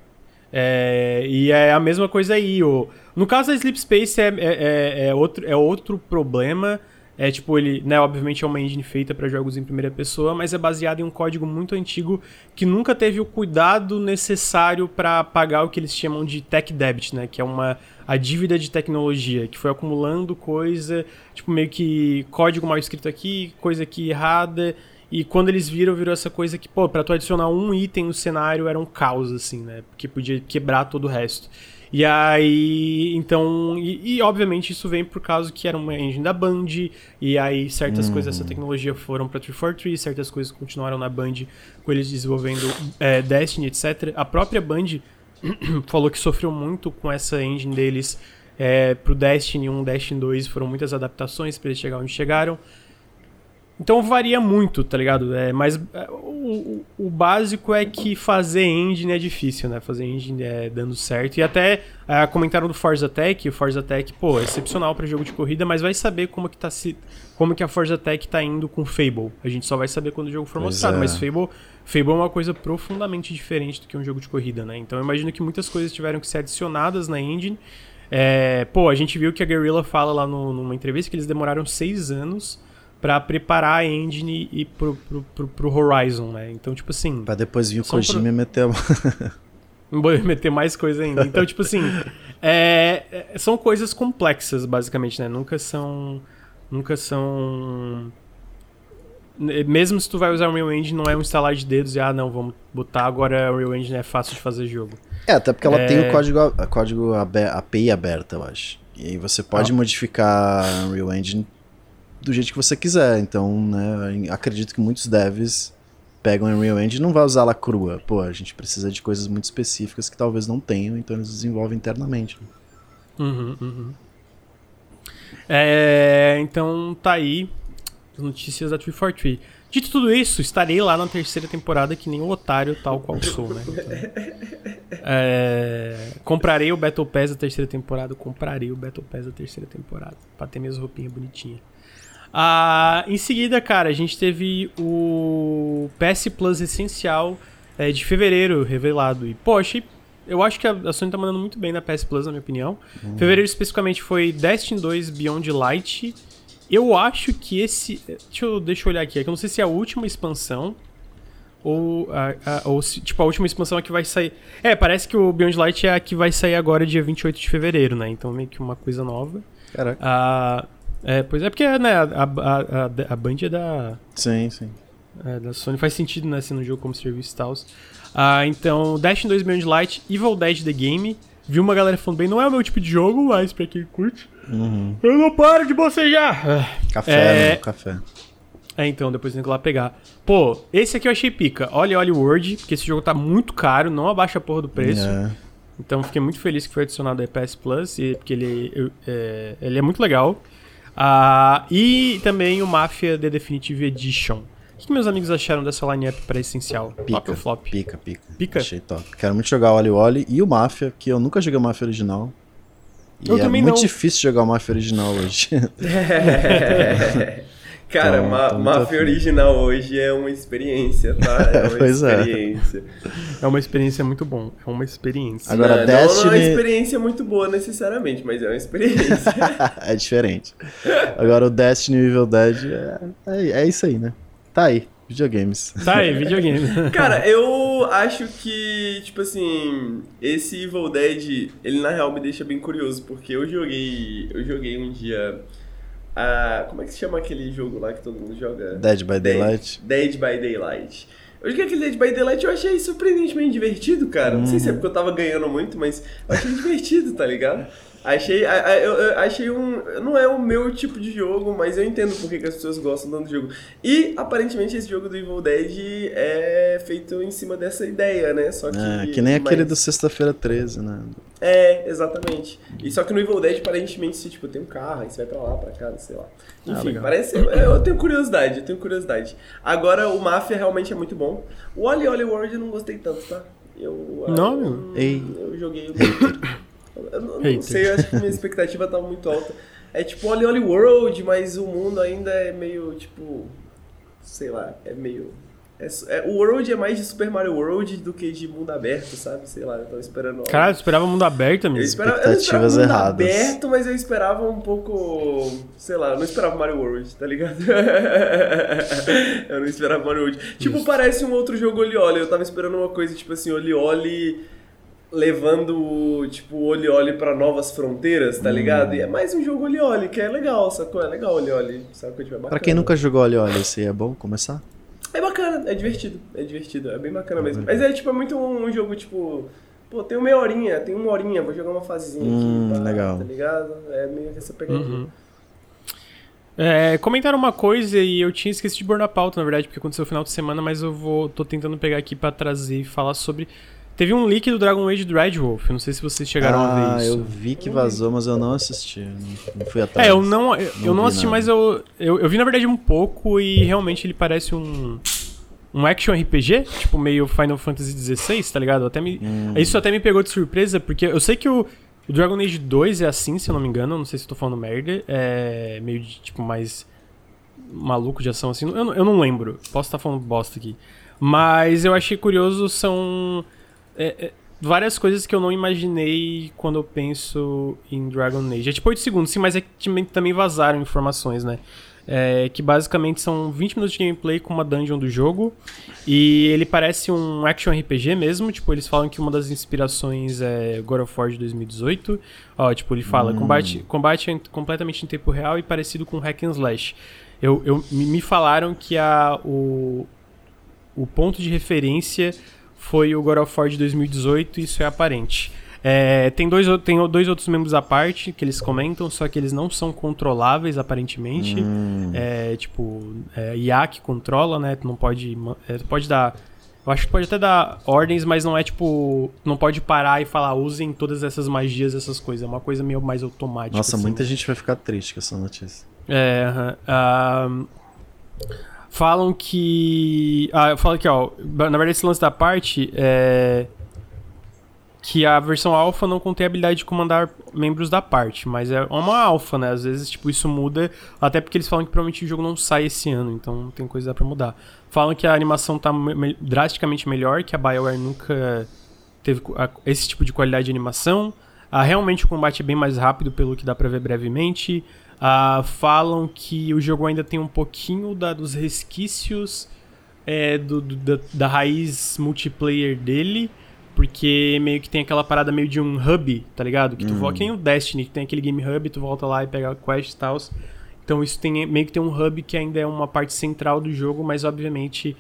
E é a mesma coisa aí. No caso da Sleep Space é outro problema. Tipo, ele, né, obviamente é uma engine feita para jogos em primeira pessoa, mas é baseado em um código muito antigo que nunca teve o cuidado necessário para pagar o que eles chamam de tech debt, né, que é a dívida de tecnologia, que foi acumulando coisa, tipo, meio que código mal escrito aqui, coisa aqui errada, e quando eles virou essa coisa que, pô, pra tu adicionar um item no cenário era um caos, assim, né, porque podia quebrar todo o resto. E aí, então, e obviamente isso vem por causa que era uma engine da Band, e aí certas coisas dessa tecnologia foram pra 343, certas coisas continuaram na Band com eles desenvolvendo Destiny, etc. A própria Band falou que sofreu muito com essa engine deles pro Destiny 1, Destiny 2, foram muitas adaptações pra eles chegar onde chegaram. Então varia muito, tá ligado? Mas o básico é que fazer engine é difícil, né? Fazer engine dando certo. E até comentaram do Forza Tech. O Forza Tech, pô, é excepcional pra jogo de corrida, mas vai saber como que a Forza Tech tá indo com Fable. A gente só vai saber quando o jogo for mostrado. Mas Fable é uma coisa profundamente diferente do que um jogo de corrida, né? Então eu imagino que muitas coisas tiveram que ser adicionadas na engine. A gente viu que a Guerrilla fala lá numa entrevista que eles demoraram 6 anos pra preparar a engine e pro Horizon, né? Então, tipo assim... Pra depois vir o Kojima e meter... meter mais coisa ainda. Então, tipo assim... são coisas complexas, basicamente, né? Nunca são... Mesmo se tu vai usar o Unreal Engine, não é um instalar de dedos e, não, vamos botar agora o Unreal Engine, é fácil de fazer jogo. Até porque ela tem o código API aberta, eu acho. E aí você pode modificar a Unreal Engine do jeito que você quiser, então, né, acredito que muitos devs pegam a Unreal Engine e não vai usar ela crua. Pô, a gente precisa de coisas muito específicas que talvez não tenham, então eles desenvolvem internamente. Então tá aí as notícias da 343. Dito tudo isso, estarei lá na terceira temporada que nem um otário tal qual sou, né? Então, comprarei o Battle Pass da terceira temporada, pra ter minhas roupinhas bonitinhas. Em seguida, cara, a gente teve o PS Plus Essencial de fevereiro revelado. E, pô, eu acho que a Sony tá mandando muito bem na PS Plus, na minha opinião. Fevereiro especificamente foi Destiny 2 Beyond Light. Eu acho que esse... Deixa eu olhar aqui. É que eu não sei se é a última expansão ou tipo, a última expansão é que vai sair... parece que o Beyond Light é a que vai sair agora dia 28 de fevereiro, né? Então meio que uma coisa nova. Caraca. Pois é, porque, né, a Band é da... Sim. Da Sony, faz sentido, né, sendo um jogo como serviço e tal. Então, Destiny 2 Beyond Light, Evil Dead The Game, Vi uma galera falando bem, não é o meu tipo de jogo, mas pra quem curte. Eu não paro de bocejar. Café, né? Café. Então, depois tem que ir lá pegar. Pô, esse aqui eu achei pica. Olha World, porque esse jogo tá muito caro, não abaixa a porra do preço. Então, fiquei muito feliz que foi adicionado a PS Plus, porque ele é muito legal. E também o Mafia The Definitive Edition. O que meus amigos acharam dessa line-up pré-essencial? Top ou flop? Pica? Achei top. Quero muito jogar o Oli e o Mafia, que eu nunca joguei o Mafia original. E eu também muito difícil jogar o Mafia original hoje. Cara, Mafia original hoje é uma experiência, tá? É uma experiência. É uma experiência muito bom. É uma experiência. Agora, Destiny... Não é uma experiência muito boa necessariamente, mas é uma experiência. É diferente. Agora o Destiny e o Evil Dead é isso aí, né? Tá aí, videogames. Tá aí, videogames. Cara, eu acho que, tipo assim, esse Evil Dead, ele na real me deixa bem curioso, porque eu joguei um dia... como é que se chama aquele jogo lá que todo mundo joga? Dead by Daylight. Dead by Daylight. Eu joguei aquele Dead by Daylight e eu achei surpreendentemente divertido, cara. Não sei se é porque eu tava ganhando muito, mas eu achei divertido, tá ligado? Achei não é o meu tipo de jogo, mas eu entendo por que as pessoas gostam tanto do jogo. E, aparentemente, esse jogo do Evil Dead é feito em cima dessa ideia, né? Só que nem aquele do Sexta-feira 13, né? Exatamente. E só que no Evil Dead, aparentemente, você tem um carro, aí você vai pra lá, pra cá, sei lá. Enfim, parece... Eu tenho curiosidade. Agora, o Mafia realmente é muito bom. O Oli World eu não gostei tanto, tá? Eu joguei... Eu não sei, eu acho que minha expectativa tava muito alta. É tipo Oli World, mas o mundo ainda é meio, tipo... Sei lá, é meio... o World é mais de Super Mario World do que de mundo aberto, sabe? Sei lá, eu tava esperando... Cara, eu esperava mundo aberto mesmo. Eu esperava mundo aberto, mas eu esperava um pouco... Sei lá, eu não esperava Mario World, tá ligado? Eu não esperava Mario World. Tipo, parece um outro jogo Oli. Eu tava esperando uma coisa, tipo assim, Oli... levando, tipo, o Oli pra novas fronteiras, tá ligado? E é mais um jogo Oli, que é legal, sacou? É legal Oli, sacou? Tipo, é bacana. Pra quem nunca jogou Oli, esse é bom começar? É bacana, é divertido, é bem bacana mesmo. Mas é, tipo, é muito um jogo, tipo... Pô, tem uma horinha, vou jogar uma fasezinha aqui, legal. Tá ligado? É meio que essa pegadinha. Comentaram uma coisa e eu tinha esquecido de pôr na pauta, na verdade, porque aconteceu no final de semana, mas tô tentando pegar aqui pra trazer e falar sobre... Teve um leak do Dragon Age Dreadwolf, eu não sei se vocês chegaram a ver isso. Eu vi que vazou, mas eu não assisti, não fui atrás. Eu não assisti, nada. Mas eu vi na verdade um pouco e realmente ele parece um action RPG, tipo meio Final Fantasy XVI, tá ligado? Isso até me pegou de surpresa, porque eu sei que o Dragon Age 2 é assim, se eu não me engano, não sei se eu tô falando merda, é meio de tipo mais maluco de ação assim, eu não lembro, posso estar falando bosta aqui. Mas eu achei curioso, são... várias coisas que eu não imaginei quando eu penso em Dragon Age. É tipo 8 segundos, sim, mas também vazaram informações, né? Que basicamente são 20 minutos de gameplay com uma dungeon do jogo. E ele parece um action RPG mesmo. Tipo, eles falam que uma das inspirações é God of War de 2018. Tipo, ele fala, combate é completamente em tempo real e parecido com hack and slash. Me falaram que o ponto de referência foi o God of War de 2018, isso é aparente. Tem dois outros membros à parte que eles comentam, só que eles não são controláveis, aparentemente. IA que controla, né? Tu não pode... tu pode dar... Eu acho que pode até dar ordens, mas não é tipo... Não pode parar e falar, usem todas essas magias, essas coisas. É uma coisa meio mais automática. Nossa, assim. Muita gente vai ficar triste com essa notícia. Falam que... fala aqui, na verdade esse lance da parte é que a versão alpha não contém a habilidade de comandar membros da parte, mas é uma alpha, né? Às vezes, tipo, isso muda, até porque eles falam que provavelmente o jogo não sai esse ano, então tem coisa pra mudar. Falam que a animação tá drasticamente melhor, que a BioWare nunca teve esse tipo de qualidade de animação. Realmente o combate é bem mais rápido, pelo que dá pra ver brevemente. Falam que o jogo ainda tem um pouquinho dos resquícios da raiz multiplayer dele, porque meio que tem aquela parada meio de um hub, tá ligado? Que tu volta, que nem o Destiny, que tem aquele game hub, tu volta lá e pega quest e tal. Então isso meio que tem um hub que ainda é uma parte central do jogo, mas obviamente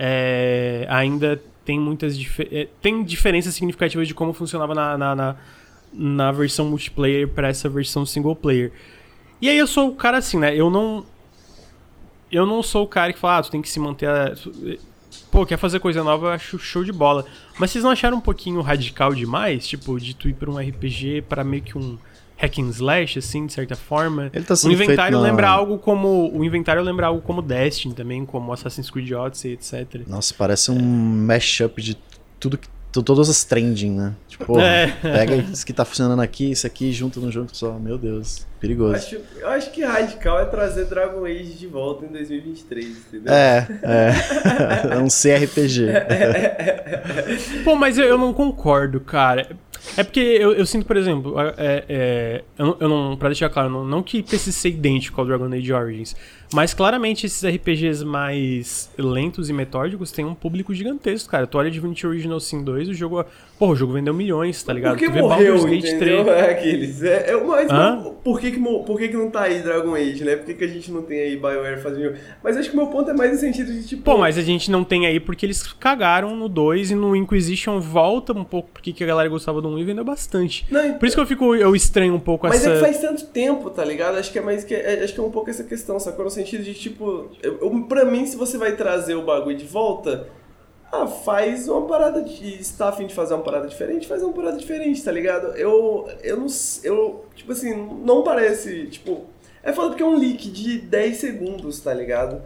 ainda tem muitas tem diferenças significativas de como funcionava na versão multiplayer pra essa versão single player. E aí eu sou o cara assim, né? Eu não sou o cara que fala, tu tem que se manter... Pô, quer fazer coisa nova, eu acho show de bola. Mas vocês não acharam um pouquinho radical demais? Tipo, de tu ir pra um RPG pra meio que um hack and slash, assim, de certa forma? Ele tá sendo o inventário feito lembra algo como... O inventário lembra algo como Destiny também, como Assassin's Creed Odyssey, etc. Nossa, parece um mashup de tudo que... Todas as trending, né? Tipo, pega isso que tá funcionando aqui, isso aqui, junto no jogo só. Meu Deus, perigoso. Eu acho que radical é trazer Dragon Age de volta em 2023, entendeu? É um CRPG. Pô, mas eu não concordo, cara. É porque eu sinto, por exemplo, eu não, pra deixar claro, não que precise ser idêntico ao Dragon Age Origins, mas claramente esses RPGs mais lentos e metódicos têm um público gigantesco, cara. Tu olha Divinity Original Sin 2, o jogo vendeu milhões, tá ligado? Porque tu vê morreu, Baldur's Gate 3. Aqueles. Mas por que não tá aí Dragon Age, né? Por que a gente não tem aí BioWare fazendo... Mas acho que o meu ponto é mais no sentido de, tipo... Pô, mas a gente não tem aí porque eles cagaram no 2 e no Inquisition volta um pouco porque a galera gostava do 1 e vendeu bastante. Não, por isso que eu estranho um pouco mas essa... Mas é que faz tanto tempo, tá ligado? Acho que é um pouco essa questão, sacou? No sentido de, tipo... Pra mim, se você vai trazer o bagulho de volta... faz uma parada de... Se tá a fim de fazer uma parada diferente, faz uma parada diferente, tá ligado? Eu tipo assim, não parece, tipo... É foda porque é um leak de 10 segundos, tá ligado?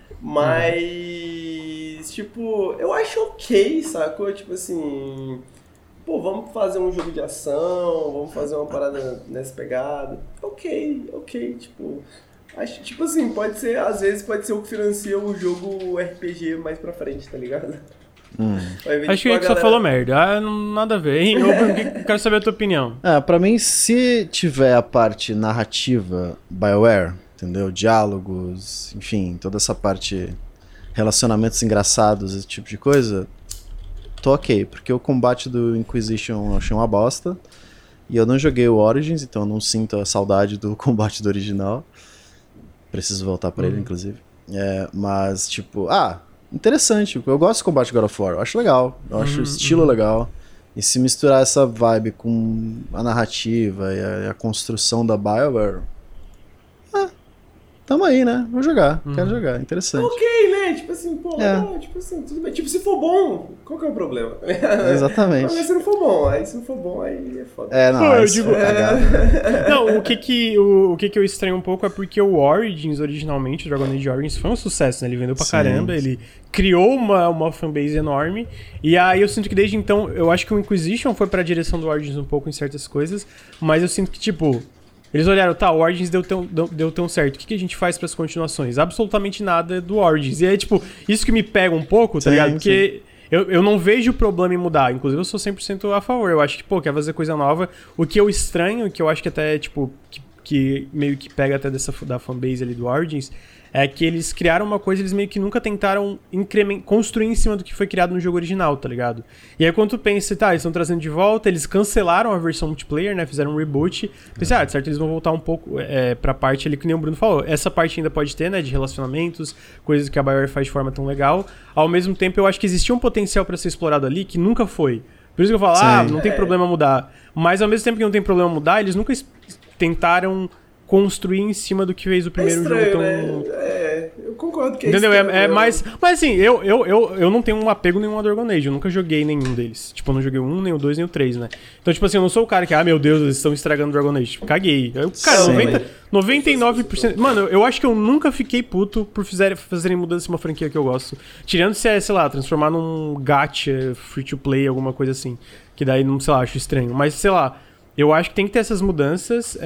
Mas... Tipo, eu acho ok, sacou? Tipo assim... Pô, vamos fazer um jogo de ação, vamos fazer uma parada nessa pegada. Ok, tipo... Acho, tipo assim, às vezes pode ser o que financia o jogo RPG mais pra frente, tá ligado? Acho que você falou merda. Nada a ver, hein? Eu quero saber a tua opinião. Pra mim, se tiver a parte narrativa BioWare, entendeu? Diálogos, enfim, toda essa parte, relacionamentos engraçados, esse tipo de coisa, tô ok, porque o combate do Inquisition eu achei uma bosta, e eu não joguei o Origins, então eu não sinto a saudade do combate do original. Preciso voltar pra ele, inclusive. Mas, tipo, interessante. Eu gosto do combate de God of War. Eu acho legal. Eu acho o estilo legal. E se misturar essa vibe com a narrativa e a construção da BioWare... tamo aí, né? Vou jogar. Quero jogar. Interessante. Ok, né? Tipo assim, pô, legal. Tipo assim, tudo bem. Tipo, se for bom, qual que é o problema? Exatamente. Mas se não for bom, aí é foda. Eu digo... Não, o que eu estranho um pouco é porque o Origins, originalmente, o Dragon Age Origins, foi um sucesso, né? Ele vendeu pra caramba, ele criou uma fanbase enorme, e aí eu sinto que desde então, eu acho que o Inquisition foi pra direção do Origins um pouco em certas coisas, mas eu sinto que, tipo... Eles olharam, o Origins deu tão certo. O que a gente faz pras continuações? Absolutamente nada do Origins. E aí, tipo, isso que me pega um pouco, tá ligado? Porque eu não vejo problema em mudar. Inclusive, eu sou 100% a favor. Eu acho que, quer fazer coisa nova. O que eu estranho, que eu acho que até, tipo, que meio que pega até da fanbase ali do Origins, é que eles criaram uma coisa, eles meio que nunca tentaram construir em cima do que foi criado no jogo original, tá ligado? E aí quando tu pensa, eles estão trazendo de volta, eles cancelaram a versão multiplayer, né, fizeram um reboot, pensei, de certo, eles vão voltar um pouco pra parte ali que nem o Bruno falou, essa parte ainda pode ter, né, de relacionamentos, coisas que a BioWare faz de forma tão legal, ao mesmo tempo eu acho que existia um potencial pra ser explorado ali que nunca foi. Por isso que eu falo, não tem problema mudar, mas ao mesmo tempo que não tem problema mudar, eles nunca tentaram construir em cima do que fez o primeiro jogo tão... Né? Eu concordo que entendeu? Mas assim, eu não tenho um apego nenhum a Dragon Age, eu nunca joguei nenhum deles. Tipo, eu não joguei o 1, nem o 2, nem o 3, né? Então, tipo assim, eu não sou o cara que, meu Deus, eles estão estragando Dragon Age. Tipo, caguei. Cara, 99%... Mano, eu acho que eu nunca fiquei puto por fazerem mudança em uma franquia que eu gosto. Tirando se é, sei lá, transformar num gacha, free-to-play, alguma coisa assim. Que daí, não sei lá, acho estranho. Mas, sei lá... Eu acho que tem que ter essas mudanças.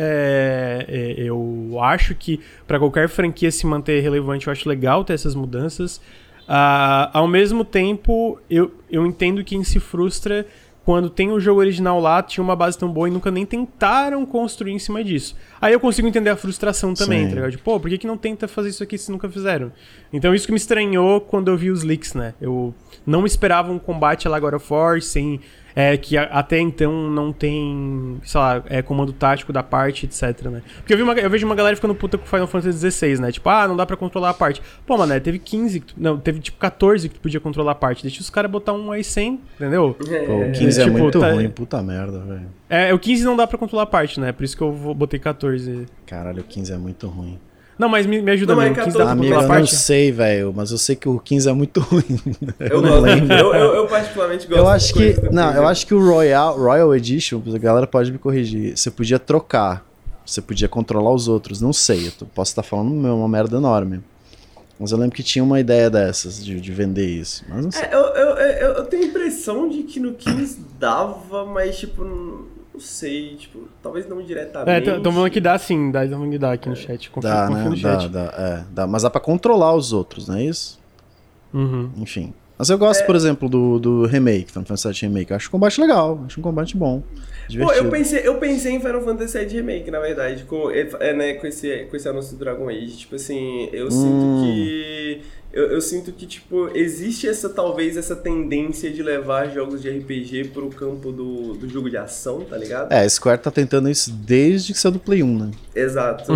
Eu acho que para qualquer franquia se manter relevante, eu acho legal ter essas mudanças. Ao mesmo tempo, eu entendo quem se frustra quando tem o jogo original lá, tinha uma base tão boa e nunca nem tentaram construir em cima disso. Aí eu consigo entender a frustração também, tá ligado? Tipo, por que não tenta fazer isso aqui se nunca fizeram? Então isso que me estranhou quando eu vi os leaks, né? Eu não esperava um combate lá God of War sem Que até então não tem, sei lá, comando tático da parte, etc, né? Porque eu vejo uma galera ficando puta com Final Fantasy XVI, né? Tipo, não dá pra controlar a parte. Pô, mano, teve 15, teve tipo 14 que tu podia controlar a parte. Deixa os caras botar um aí 100, entendeu? Pô, o 15 é muito ruim, puta merda, velho. O 15 não dá pra controlar a parte, né? Por isso que eu botei 14. Caralho, o 15 é muito ruim. Não, mas me ajuda, não, amigo. O 15 dá pra controlar a parte? Eu não sei, velho, mas eu sei que o 15 é muito ruim. Eu não lembro. Eu particularmente gosto. Eu acho que o Royal Edition, a galera pode me corrigir, você podia trocar, você podia controlar os outros, não sei, eu posso estar falando uma merda enorme. Mas eu lembro que tinha uma ideia dessas, de vender isso, mas não sei. Eu tenho a impressão de que no 15 dava, mas tipo... Não sei, tipo, talvez não diretamente. Então falando que dá sim, dá aqui no chat. Confio no chat. Dá, mas dá pra controlar os outros, não é isso? Uhum. Enfim. Mas eu gosto, por exemplo, do remake, Final Fantasy VII Remake. Eu acho um combate legal, acho um combate bom. Divertido. Pô, eu pensei em Final Fantasy VII Remake, na verdade, com esse anúncio do Dragon Age. Tipo assim, eu sinto que... Eu sinto que, tipo, existe talvez essa tendência de levar jogos de RPG pro campo do jogo de ação, tá ligado? A Square tá tentando isso desde que saiu do Play 1, né? Exato.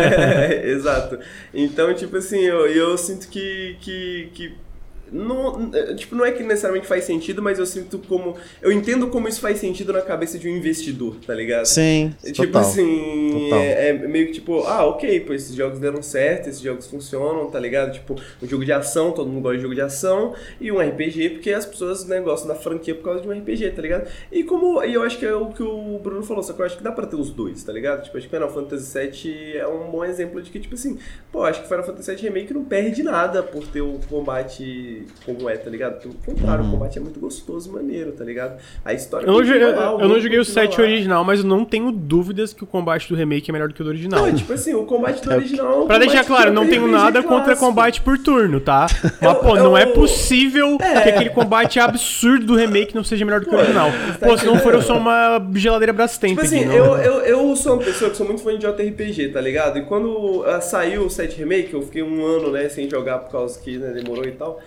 Exato. Então, tipo assim, eu sinto que não, tipo, não é que necessariamente faz sentido, mas eu entendo como isso faz sentido na cabeça de um investidor, tá ligado? Sim, tipo total, assim, total. É meio que tipo, ok, pô, esses jogos deram certo, esses jogos funcionam, tá ligado? Tipo, um jogo de ação, todo mundo gosta de jogo de ação, e um RPG, porque as pessoas, né, gostam da franquia por causa de um RPG, tá ligado? E eu acho que é o que o Bruno falou, só que eu acho que dá pra ter os dois, tá ligado? Tipo, acho que Final Fantasy VII é um bom exemplo de que, tipo assim, pô, acho que Final Fantasy VII Remake não perde nada por ter o combate como tá ligado? Pelo contrário, o combate é muito gostoso e maneiro, tá ligado? A história... Eu não joguei o 7 original, mas eu não tenho dúvidas que o combate do remake é melhor do que o do original. Não, tipo assim, o combate do original... Pra deixar claro, não tenho nada contra combate por turno, tá? Mas, pô, não é possível que aquele combate absurdo do remake não seja melhor do que o original. Pô, se não for, eu sou uma geladeira Brastemp. Tipo assim, eu sou uma pessoa que sou muito fã de JRPG, tá ligado? E quando saiu o 7 Remake, eu fiquei um ano, né, sem jogar por causa que, né, demorou e tal...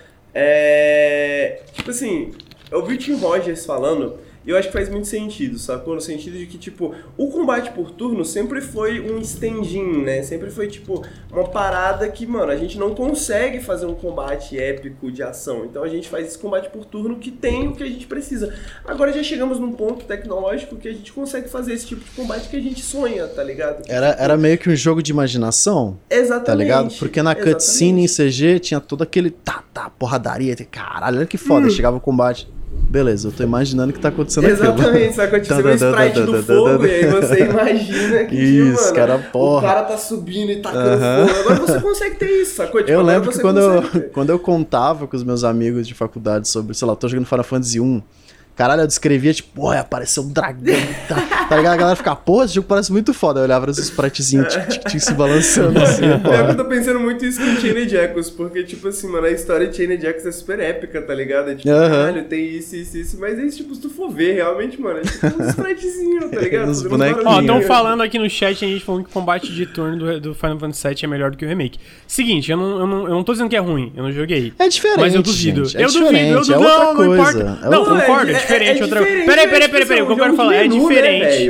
Tipo assim, eu vi o Tim Rogers falando e eu acho que faz muito sentido, sacou? No sentido de que, tipo, o combate por turno sempre foi um stand-in, né? Sempre foi, tipo, uma parada que, mano, a gente não consegue fazer um combate épico de ação. Então a gente faz esse combate por turno que tem o que a gente precisa. Agora já chegamos num ponto tecnológico que a gente consegue fazer esse tipo de combate que a gente sonha, tá ligado? Era meio que um jogo de imaginação. Exatamente. Tá ligado? Porque na cutscene em CG tinha todo aquele porradaria. Caralho, olha que foda. Chegava o combate. Beleza, eu tô imaginando o que tá acontecendo aqui. Exatamente, só que você vê o sprite do fogo e aí você imagina que isso, mano, cara, porra. O cara tá subindo e tacando fogo. Agora você consegue ter isso, sacou? Tipo, eu lembro que quando eu contava com os meus amigos de faculdade sobre, sei lá, eu tô jogando Final Fantasy 1, caralho, eu descrevia, tipo, apareceu um dragão, tá ligado? A galera ficava, porra, esse jogo parece muito foda. Eu olhava os spritezinhos se balançando assim, Eu tô pensando muito isso com Chained Echoes, porque, tipo assim, mano, a história de Chained Echoes é super épica, tá ligado? É tipo, caralho, tem isso, mas aí, tipo, se tu for ver, realmente, mano, é tipo um spritezinho, tá ligado? Uns bonequinhos. Ó, tão falando aqui no chat, a gente falando que o combate de turno do Final Fantasy VII é melhor do que o remake. Seguinte, eu não tô dizendo que é ruim, eu não joguei. É diferente, mas eu duvido. Gente, não importa. Não, concordo, é diferente. Peraí, o que eu quero falar é diferente.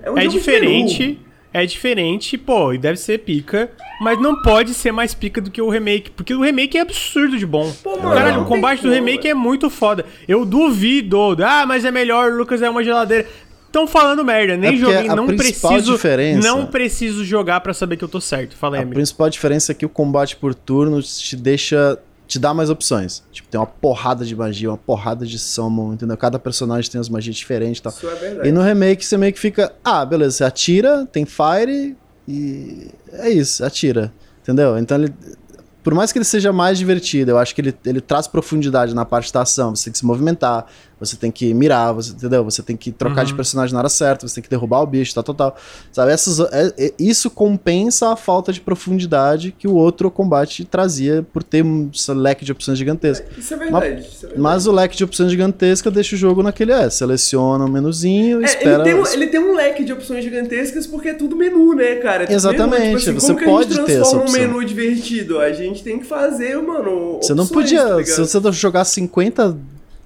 É diferente, pô, e deve ser pica, mas não pode ser mais pica do que o remake, porque o remake é absurdo de bom. Pô, mano, caralho, o combate do remake é muito foda. Eu duvido, mas é melhor, o Lucas é uma geladeira. Tão falando merda, nem joguei, não preciso jogar pra saber que eu tô certo. Fala aí, amigo. A principal diferença é que o combate por turno te dá mais opções. Tipo, tem uma porrada de magia, uma porrada de summon, entendeu? Cada personagem tem umas magias diferentes e tal. Isso é verdade. E no remake você meio que fica, beleza, você atira, tem fire e é isso, atira, entendeu? Então ele, por mais que ele seja mais divertido, eu acho que ele traz profundidade na parte da ação. Você tem que se movimentar, você tem que mirar, entendeu? Você tem que trocar de personagem na hora certa, você tem que derrubar o bicho, tal. Sabe? Isso compensa a falta de profundidade que o outro combate trazia por ter um leque de opções gigantescas. Isso é verdade. Mas o leque de opções gigantescas deixa o jogo naquele, seleciona um menuzinho e espera... Ele tem um leque de opções gigantescas porque é tudo menu, né, cara? É exatamente, menu, tipo assim, você pode ter essa opção. Como que a gente transforma um menu divertido? A gente tem que fazer, mano, você não podia, se você jogar 50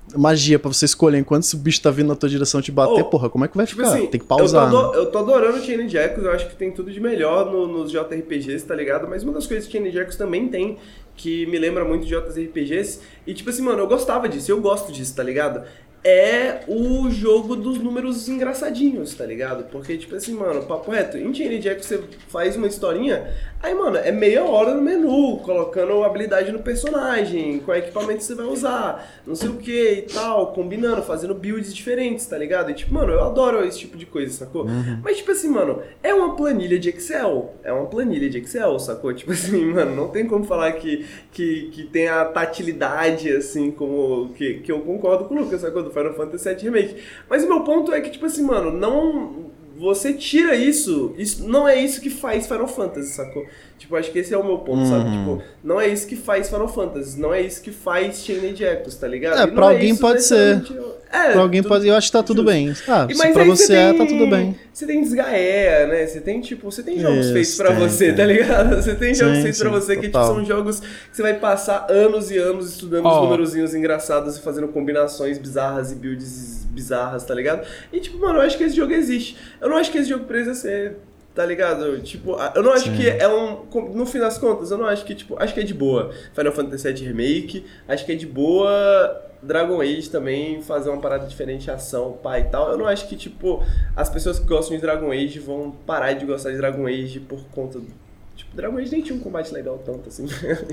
magia pra você escolher enquanto esse bicho tá vindo na tua direção te bater, porra, como é que vai ficar? Assim, tem que pausar. Eu tô adorando Chain Jackals, eu acho que tem tudo de melhor nos JRPGs, tá ligado? Mas uma das coisas que Chain Jackals também tem, que me lembra muito de outros RPGs, e tipo assim, mano, eu gostava disso, eu gosto disso, tá ligado? É o jogo dos números engraçadinhos, tá ligado? Porque, tipo assim, mano, papo reto, em Chain Jackals você faz uma historinha, aí, mano, é meia hora no menu, colocando habilidade no personagem, qual equipamento você vai usar, não sei o que e tal, combinando, fazendo builds diferentes, tá ligado? E, tipo, mano, eu adoro esse tipo de coisa, sacou? Mas, tipo assim, mano, é uma planilha de Excel, sacou? Tipo assim, mano, não tem como falar que tem a tatilidade, assim, como que eu concordo com o Lucas, sacou? Do Final Fantasy VII Remake. Mas o meu ponto é que, tipo assim, mano, não... Você tira isso não é isso que faz Final Fantasy, sacou? Tipo, acho que esse é o meu ponto, sabe? Tipo, não é isso que faz Final Fantasy, não é isso que faz Chain Jackals, tá ligado? Pra alguém pode ser. Pra alguém pode, eu acho que tá tudo bem. Se pra você tá tudo bem. Você tem Desgaea, né? Você tem jogos feitos pra você, tá ligado? Você tem jogos feitos pra você que tipo, são jogos que você vai passar anos e anos estudando os numerozinhos engraçados e fazendo combinações bizarras e builds bizarras, tá ligado? E tipo, mano, eu acho que esse jogo existe. Eu não acho que esse jogo precisa ser, tá ligado? Tipo, eu não acho que é no fim das contas, eu não acho que, tipo, acho que é de boa Final Fantasy VII Remake, acho que é de boa Dragon Age também fazer uma parada diferente, ação, pá e tal. Eu não acho que, tipo, as pessoas que gostam de Dragon Age vão parar de gostar de Dragon Age por conta do... Tipo, Dragon Age nem tinha um combate legal tanto, assim.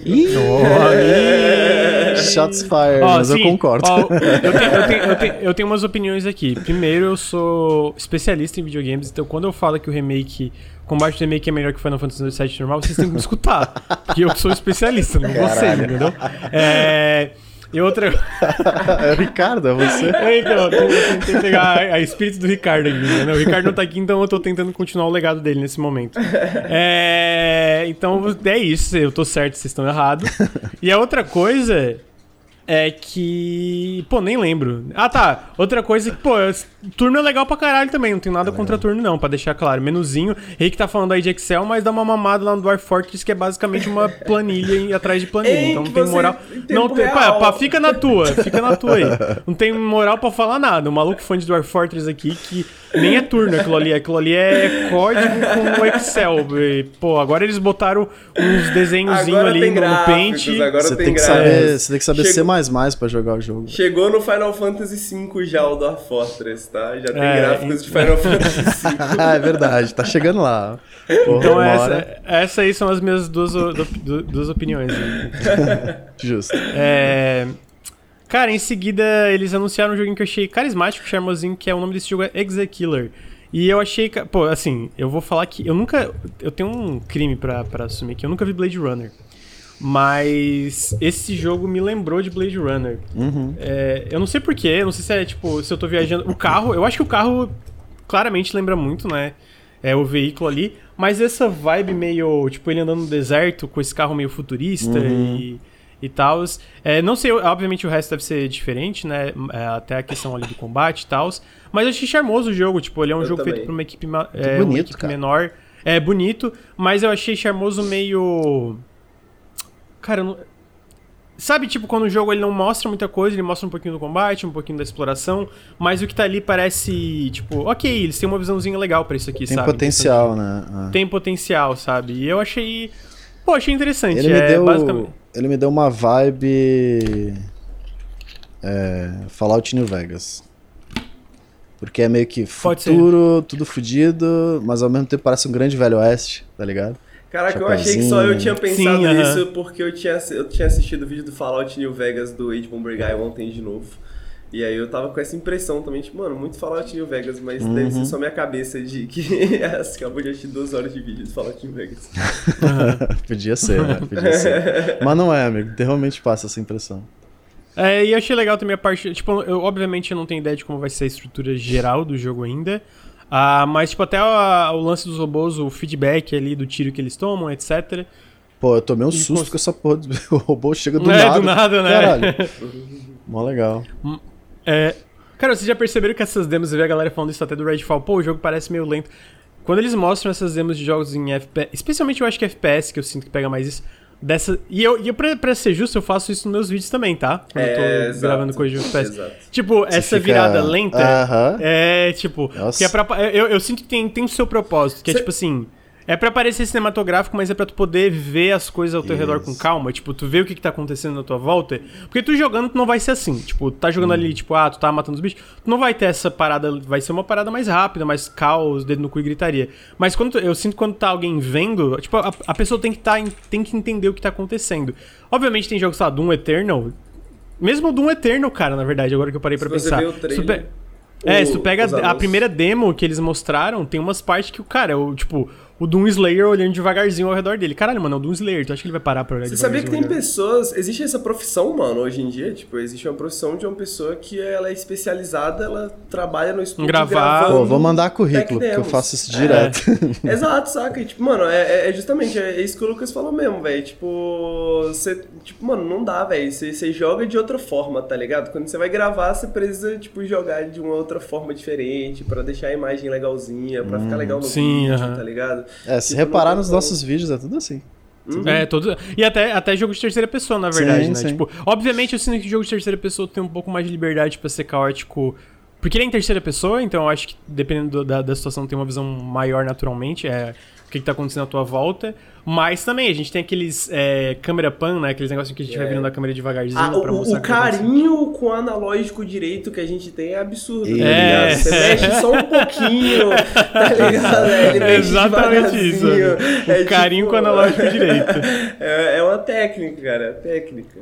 Shots fired, mas eu concordo. Eu tenho umas opiniões aqui. Primeiro, eu sou especialista em videogames, então quando eu falo que o combate do remake é melhor que o Final Fantasy VII normal, vocês têm que me escutar. Porque eu sou especialista, não você, entendeu? E outra... É o Ricardo, é você? Então, eu tentei pegar a espírito do Ricardo aqui, né? O Ricardo não tá aqui, então eu tô tentando continuar o legado dele nesse momento. Então, é isso. Eu tô certo, vocês estão errados. E a outra coisa é que... Pô, nem lembro. Ah, tá. Outra coisa é que, pô, turno é legal pra caralho também. Não tem nada contra turno, não, pra deixar claro. Menuzinho. Rick tá falando aí de Excel, mas dá uma mamada lá no Dwarf Fortress, que é basicamente uma planilha atrás de planilha. Então não tem moral. Não tem, fica na tua aí. Não tem moral pra falar nada. O maluco fã de Dwarf Fortress aqui, que nem é turno aquilo ali. Aquilo ali é código com o Excel. E, pô, agora eles botaram uns desenhozinhos ali no Paint. Você tem que saber ser mais pra jogar o jogo. Chegou no Final Fantasy V já o Dwarf Fortress, tá? Já tem gráficos de Final Fantasy V. É verdade, tá chegando lá. Porra, então essa aí são as minhas duas opiniões. Justo. Cara, em seguida eles anunciaram um joguinho que eu achei carismático, charmosinho, que é o nome desse jogo é Exekiller. E eu achei... Pô, assim, eu vou falar que eu tenho um crime pra assumir, que eu nunca vi Blade Runner. Mas esse jogo me lembrou de Blade Runner. Eu não sei porquê, não sei se é tipo, se eu tô viajando. O carro, eu acho que o carro claramente lembra muito, né? É o veículo ali. Mas essa vibe meio, tipo, ele andando no deserto com esse carro meio futurista e tal. Não sei, obviamente o resto deve ser diferente, né? Até a questão ali do combate e tal. Mas eu achei charmoso o jogo, tipo, ele é um jogo feito por uma equipe, uma equipe menor. É bonito, mas eu achei charmoso meio... Cara, sabe, tipo, quando o jogo ele não mostra muita coisa, ele mostra um pouquinho do combate, um pouquinho da exploração, mas o que tá ali parece, tipo, ok, eles têm uma visãozinha legal pra isso aqui, tem sabe? Tem potencial, né? Tem potencial, sabe? E eu achei... Pô, achei interessante. Basicamente... Ele me deu uma vibe... Fallout New Vegas. Porque é meio que futuro, tudo fudido, mas ao mesmo tempo parece um grande velho oeste, tá ligado? Caraca, eu achei que só eu tinha pensado nisso porque eu tinha assistido o vídeo do Fallout New Vegas do Age Bomber Guy ontem de novo. E aí eu tava com essa impressão também, tipo, mano, muito Fallout New Vegas, mas deve ser só minha cabeça de que acabou de assistir 2 horas de vídeo do Fallout New Vegas. Podia ser, né? Podia ser. Mas não é, amigo. Realmente passa essa impressão. E eu achei legal também a parte... Tipo, obviamente eu não tenho ideia de como vai ser a estrutura geral do jogo ainda. Mas, tipo, até o lance dos robôs, o feedback ali do tiro que eles tomam, etc. Pô, eu tomei um susto com essa porra. O robô chega do nada. Do nada, né? Caralho. Mó legal. Cara, vocês já perceberam que essas demos, eu vi a galera falando isso até do Redfall, pô, o jogo parece meio lento. Quando eles mostram essas demos de jogos em FPS, especialmente eu acho que FPS, que eu sinto que pega mais isso, dessa... E eu pra ser justo, eu faço isso nos meus vídeos também, tá? Quando eu tô gravando coisa de FPS. Tipo, você essa virada lenta é tipo... Que é pra, eu sinto que tem o seu propósito, que é tipo assim... É pra parecer cinematográfico, mas é pra tu poder ver as coisas ao teu redor com calma. Tipo, tu vê o que tá acontecendo na tua volta. Porque tu jogando, tu não vai ser assim. Tipo, tu tá jogando ali, tipo, tu tá matando os bichos. Tu não vai ter essa parada, vai ser uma parada mais rápida, mais caos, dedo no cu e gritaria. Mas eu sinto quando tá alguém vendo, tipo, a pessoa tem que entender o que tá acontecendo. Obviamente tem jogos, sei lá, Doom Eternal. Mesmo Doom Eternal, cara, na verdade, agora que eu parei pra pensar. Você vê o trailer, se tu pega a primeira demo que eles mostraram, tem umas partes que o cara, tipo... O Doom Slayer olhando devagarzinho ao redor dele. Caralho, mano, é o Doom Slayer. Tu acha que ele vai parar pra olhar devagarzinho? Você sabia que tem pessoas... Existe essa profissão, mano, hoje em dia. Tipo, existe uma profissão de uma pessoa que ela é especializada, ela trabalha no estúdio gravando... Pô, vou mandar currículo, porque eu faço isso direto. Exato, saca? E, tipo, mano, justamente isso que o Lucas falou mesmo, velho. Tipo, você... Tipo, mano, não dá, velho. Você joga de outra forma, tá ligado? Quando você vai gravar, você precisa, tipo, jogar de uma outra forma diferente pra deixar a imagem legalzinha, pra ficar legal no vídeo, tá ligado? Se reparar nos nossos vídeos, é tudo assim. E até jogo de terceira pessoa, na verdade, né? Sim. Tipo, obviamente eu sinto que jogo de terceira pessoa tem um pouco mais de liberdade pra ser caótico. Porque ele é em terceira pessoa, então eu acho que dependendo da situação tem uma visão maior naturalmente, o que tá acontecendo à tua volta. Mas também a gente tem aqueles câmera pan, né? Aqueles negócios que a gente vai virando a câmera devagarzinho pra mostrar. O carinho com o analógico direito que a gente tem é absurdo, tá ligado? Você mexe só um pouquinho, tá ligado? Ele mexe exatamente isso. O carinho tipo, com o analógico direito. É uma técnica, cara. É técnica.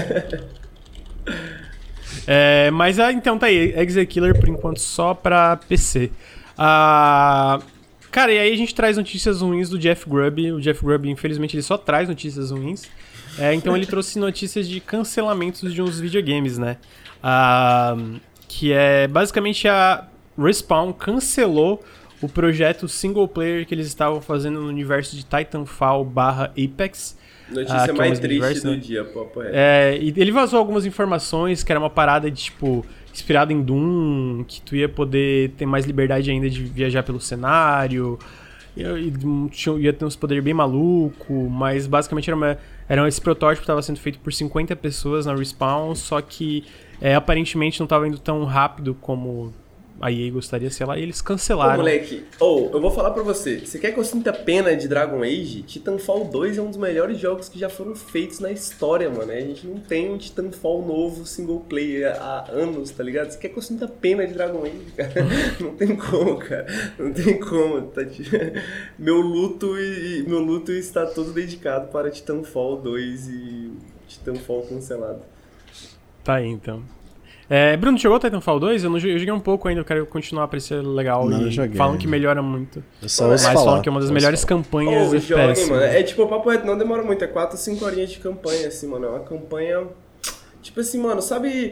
Mas então tá aí. Exekiller por enquanto só pra PC. Cara, e aí a gente traz notícias ruins do Jeff Grubb. O Jeff Grubb, infelizmente, ele só traz notícias ruins. Então ele trouxe notícias de cancelamentos de uns videogames, né? Que é basicamente a Respawn cancelou o projeto single player que eles estavam fazendo no universo de Titanfall/Apex. Notícia mais triste do dia, papo reto. E ele vazou algumas informações que era uma parada de, tipo, inspirado em Doom, que tu ia poder ter mais liberdade ainda de viajar pelo cenário, ia ter uns poderes bem maluco, mas basicamente esse protótipo estava sendo feito por 50 pessoas na Respawn, só que aparentemente não estava indo tão rápido como a EA gostaria, sei lá, e eles cancelaram. Ô, moleque, eu vou falar pra você. Você quer que eu sinta pena de Dragon Age? Titanfall 2 é um dos melhores jogos que já foram feitos na história, mano. A gente não tem um Titanfall novo single player há anos, tá ligado? Você quer que eu sinta pena de Dragon Age, cara? Não tem como, cara. Não tem como. Meu luto está todo dedicado para Titanfall 2 e Titanfall cancelado. Tá aí, então. Bruno, jogou Titanfall 2? Eu joguei um pouco ainda, eu quero continuar pra ser legal. Não, joguei. Falam que melhora muito. Mas falam que é uma das melhores campanhas FPS. Joguem, mano. Tipo, o papo reto não demora muito, 4 ou 5 horinhas de campanha, assim, mano. É uma campanha... Tipo assim, mano, sabe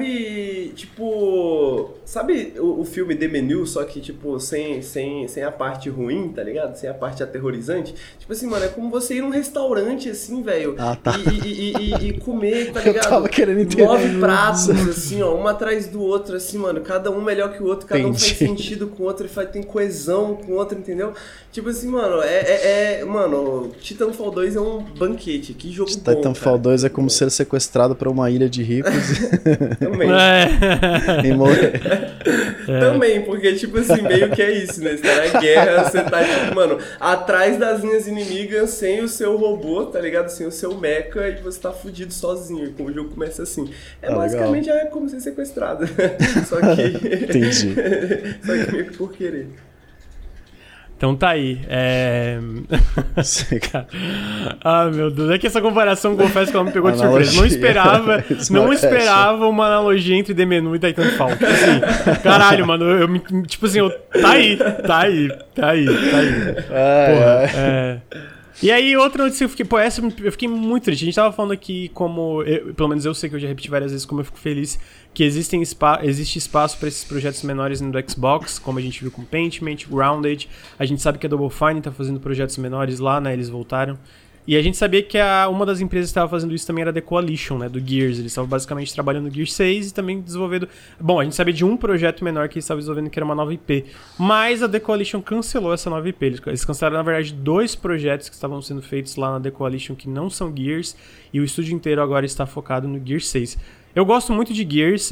o filme The Menu, só que, tipo, sem a parte ruim, tá ligado? Sem a parte aterrorizante? Tipo assim, mano, é como você ir num restaurante, assim, velho, tá. e comer, tá ligado? Eu tava querendo entender. 9 pratos, assim, ó, um atrás do outro, assim, mano, cada um melhor que o outro, cada um faz sentido com o outro, tem coesão com o outro, entendeu? Tipo assim, mano, mano, Titanfall 2 é um banquete, que jogo bom, Titanfall 2 é como ser sequestrado pra uma ilha de ricos Também. E morrer. Também, porque, tipo assim, meio que é isso, né? Você tá na guerra, você tá, tipo, mano, atrás das linhas inimigas, sem o seu robô, tá ligado? Sem o seu mecha, e você tá fudido sozinho. Como o jogo começa assim. Basicamente é como ser sequestrado. Só que... Entendi. Só que meio que por querer. Então tá aí. Meu Deus. É que essa comparação, confesso que ela me pegou de surpresa. Não esperava uma analogia entre The Menu e Titanfall. Tipo assim, caralho, mano. Tipo assim, tá aí. Porra, E aí, outra notícia que eu fiquei, eu fiquei muito triste. A gente tava falando aqui pelo menos eu sei que eu já repeti várias vezes como eu fico feliz que existe espaço para esses projetos menores no Xbox, como a gente viu com Pentiment, Grounded. A gente sabe que a Double Fine tá fazendo projetos menores lá, né? Eles voltaram. E a gente sabia que uma das empresas que estava fazendo isso também era a The Coalition, né, do Gears. Eles estavam basicamente trabalhando no Gears 6 e também desenvolvendo... Bom, a gente sabia de um projeto menor que eles estavam desenvolvendo, que era uma nova IP. Mas a The Coalition cancelou essa nova IP. Eles cancelaram, na verdade, 2 projetos que estavam sendo feitos lá na The Coalition que não são Gears. E o estúdio inteiro agora está focado no Gears 6. Eu gosto muito de Gears,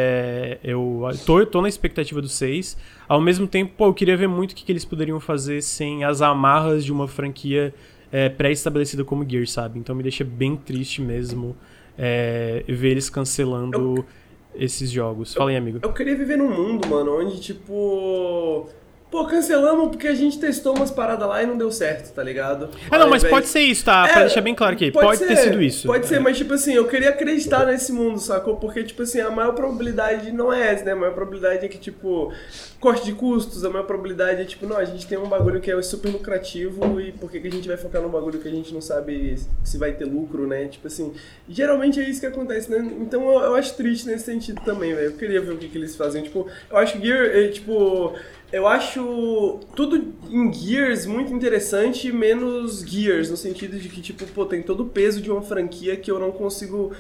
eu tô na expectativa do 6. Ao mesmo tempo, eu queria ver muito o que eles poderiam fazer sem as amarras de uma franquia pré-estabelecida como Gears, sabe? Então me deixa bem triste mesmo ver eles cancelando esses jogos. Fala aí, amigo. Eu queria viver num mundo, mano, onde, tipo... Pô, cancelamos porque a gente testou umas paradas lá e não deu certo, tá ligado? Não, mas pode ser isso, tá? Pra deixar bem claro aqui. Pode ter sido isso. Pode ser, mas tipo assim, eu queria acreditar nesse mundo, sacou? Porque, tipo assim, a maior probabilidade não é essa, né? A maior probabilidade é que, tipo, corte de custos, a maior probabilidade é, tipo, não, a gente tem um bagulho que é super lucrativo e por que a gente vai focar num bagulho que a gente não sabe se vai ter lucro, né? Tipo assim, geralmente é isso que acontece, né? Então eu acho triste nesse sentido também, velho. Eu queria ver o que eles fazem. Tipo, eu acho que eu acho tudo em Gears muito interessante, menos Gears, no sentido de que, tipo, pô, tem todo o peso de uma franquia que eu não consigo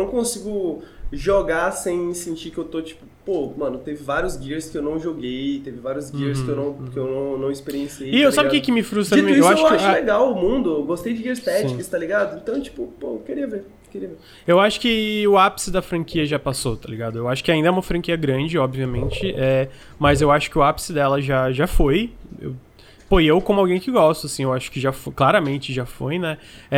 jogar sem sentir que eu tô, tipo, pô, mano, teve vários Gears que eu não joguei, teve vários Gears que eu não experienciei. E sabe o que me frustra? Dito isso, eu acho legal o mundo, eu gostei de Gears Tactics, tá ligado? Então, tipo, pô, eu queria ver. Eu acho que o ápice da franquia já passou, tá ligado? Eu acho que ainda é uma franquia grande, obviamente, mas eu acho que o ápice dela já foi. Eu como alguém que gosta, assim, eu acho que claramente já foi, né?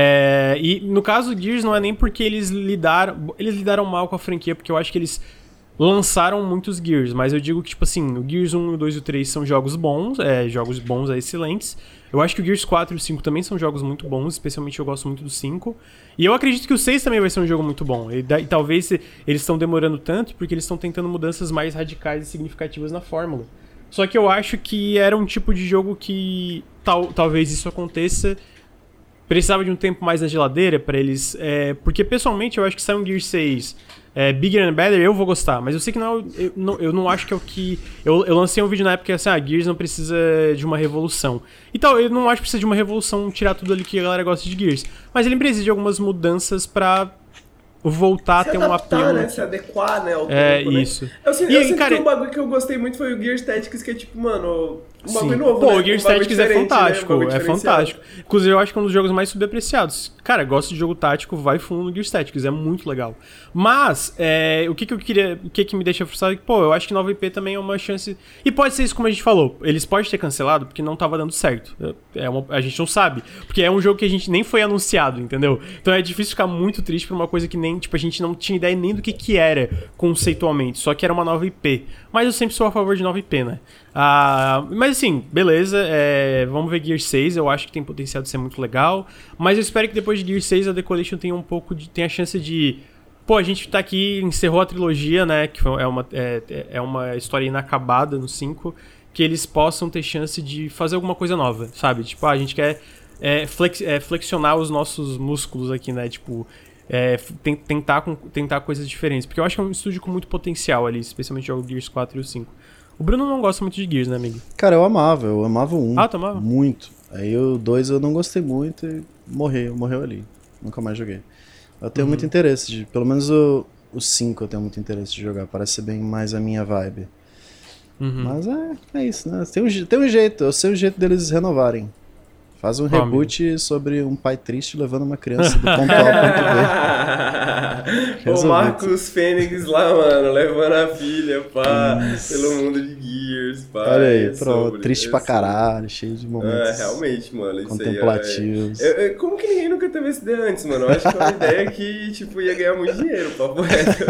E no caso do Gears não é nem porque eles lidaram mal com a franquia, porque eu acho que eles lançaram muitos Gears, mas eu digo que, tipo assim, o Gears 1, o 2 e o 3 são jogos bons, excelentes. Eu acho que o Gears 4 e o 5 também são jogos muito bons, especialmente eu gosto muito do 5. E eu acredito que o 6 também vai ser um jogo muito bom. E talvez eles estão demorando tanto porque eles estão tentando mudanças mais radicais e significativas na fórmula. Só que eu acho que era um tipo de jogo que talvez isso aconteça. Precisava de um tempo mais na geladeira pra eles... porque pessoalmente eu acho que sai um Gears 6... Bigger and Better, eu vou gostar, mas eu sei que eu não acho que é o que... Eu lancei um vídeo na época assim, Gears não precisa de uma revolução. Então, eu não acho que precisa de uma revolução tirar tudo ali que a galera gosta de Gears. Mas ele precisa de algumas mudanças pra voltar a ter um apelo. Né? Se adequar, né, ao tempo, isso. Né? Eu sinto que um bagulho que eu gostei muito foi o Gears Tactics, que é tipo, mano... Um bagulho novo, Pô, né? o Gears Tactics é fantástico, né? Fantástico. Inclusive, eu acho que é um dos jogos mais subapreciados. Cara, gosta de jogo tático, vai fundo no Gears Tactics, é muito legal. Mas, o que me deixa frustrado é que, pô, eu acho que nova IP também é uma chance... E pode ser isso como a gente falou, eles podem ter cancelado porque não tava dando certo. A gente não sabe, porque é um jogo que a gente nem foi anunciado, entendeu? Então é difícil ficar muito triste por uma coisa que nem, tipo, a gente não tinha ideia nem do que era conceitualmente, só que era uma nova IP. Mas eu sempre sou a favor de nova IP, né? Mas assim, beleza, vamos ver Gears 6, eu acho que tem potencial de ser muito legal, mas eu espero que depois de Gears 6 a The Coalition tenha tenha a chance de... Pô, a gente tá aqui, encerrou a trilogia, né, que é uma história inacabada no 5, que eles possam ter chance de fazer alguma coisa nova, sabe? Tipo, a gente quer flexionar os nossos músculos aqui, né, tipo... tentar coisas diferentes, porque eu acho que é um estúdio com muito potencial ali, especialmente o Gears 4 e o 5. O Bruno não gosta muito de Gears, né, amigo? Cara, eu amava o 1. Tu amava? Muito. Aí o 2 eu não gostei muito e morreu ali. Nunca mais joguei. Eu tenho muito interesse pelo menos o 5 eu tenho muito interesse de jogar, parece ser bem mais a minha vibe. Mas é isso, né? Tem um jeito, eu sei o jeito deles renovarem. Faz um reboot sobre um pai triste levando uma criança do ponto A ao ponto B. O Marcos Fênix lá, mano, levando a filha, pá, pelo mundo de Gears, pá. Olha aí, triste pra caralho, cheio de momentos realmente, mano, isso contemplativos. Aí, como que ninguém nunca teve essa ideia antes, mano? Eu acho que é uma ideia que, tipo, ia ganhar muito dinheiro, papo reto.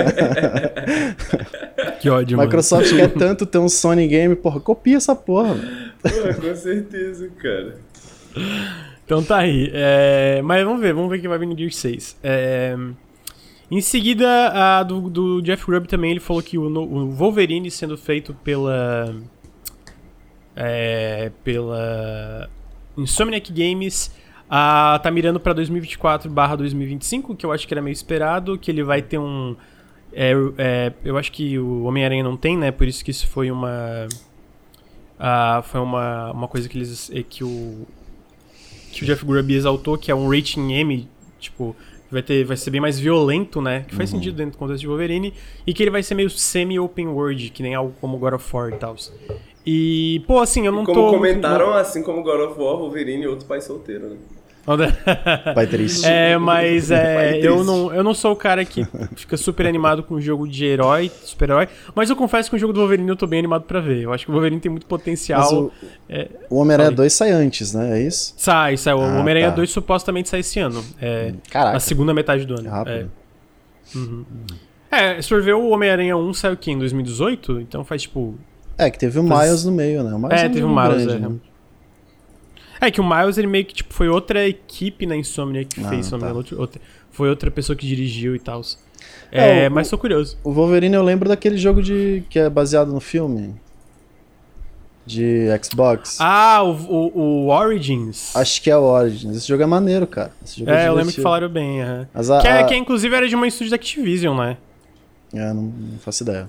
Que ódio, Microsoft quer tanto ter um Sony Game, porra, copia essa porra, mano. Porra, com certeza, cara. Então tá aí. Mas vamos ver o que vai vir no Gears 6. Em seguida, do Jeff Grubb também, ele falou que o Wolverine sendo feito pela Insomniac Games tá mirando pra 2024/2025, que eu acho que era meio esperado, que ele vai ter um... eu acho que o Homem-Aranha não tem, né? Por isso que isso foi uma coisa que que o Jeff Grubb exaltou, que é um rating M, tipo, vai ser bem mais violento, né? Que faz sentido dentro do contexto de Wolverine. E que ele vai ser meio semi-open world, que nem algo como God of War e tal. E, pô, assim, eu não como comentaram, assim como God of War, Wolverine e outro pai solteiro, né? Pai triste. Mas eu não sou o cara que fica super animado com o jogo de herói, super-herói, mas eu confesso que o jogo do Wolverine eu tô bem animado pra ver. Eu acho que o Wolverine tem muito potencial. Mas o Homem-Aranha 2 sai antes, né? É isso? Sai. O Homem-Aranha 2 supostamente sai esse ano. Caraca. Na segunda metade do ano. Rápido. Se for ver, o Homem-Aranha 1 saiu aqui em 2018, então faz tipo... que teve o Miles no meio, né? O Miles teve o Miles, grande, né? Que o Miles, ele meio que, tipo, foi outra equipe na Insomniac que fez, foi outra pessoa que dirigiu e tal. Mas tô curioso. O Wolverine eu lembro daquele jogo que é baseado no filme de Xbox. O Origins. Acho que é o Origins. Esse jogo é maneiro, cara. Esse jogo é eu lembro que falaram bem. Mas que inclusive era de uma estúdio da Activision, né? Não faço ideia.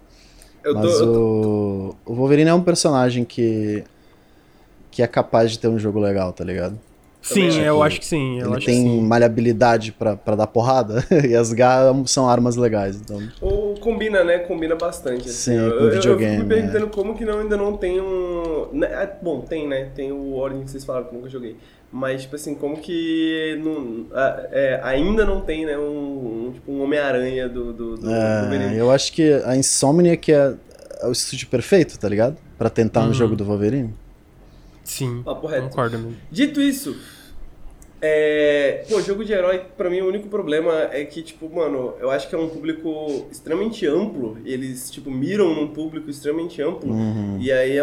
O Wolverine é um personagem que é capaz de ter um jogo legal, tá ligado? Sim, eu acho que sim. Ele tem maleabilidade pra dar porrada e as garras são armas legais, então... Ou combina, né? Combina bastante. Sim, com videogame. Eu fico me perguntando como que ainda não tem um... Bom, tem, né? Tem o Origin que vocês falaram, que eu nunca joguei. Mas, tipo assim, como que ainda não tem, né? Um Homem-Aranha do Wolverine. Eu acho que a Insomniac é o estúdio perfeito, tá ligado? Pra tentar um jogo do Wolverine. Sim, reto. Concordo mesmo. Dito isso, jogo de herói, pra mim, o único problema é que, tipo, mano, eu acho que é um público extremamente amplo, e eles, tipo, miram num público extremamente amplo, e aí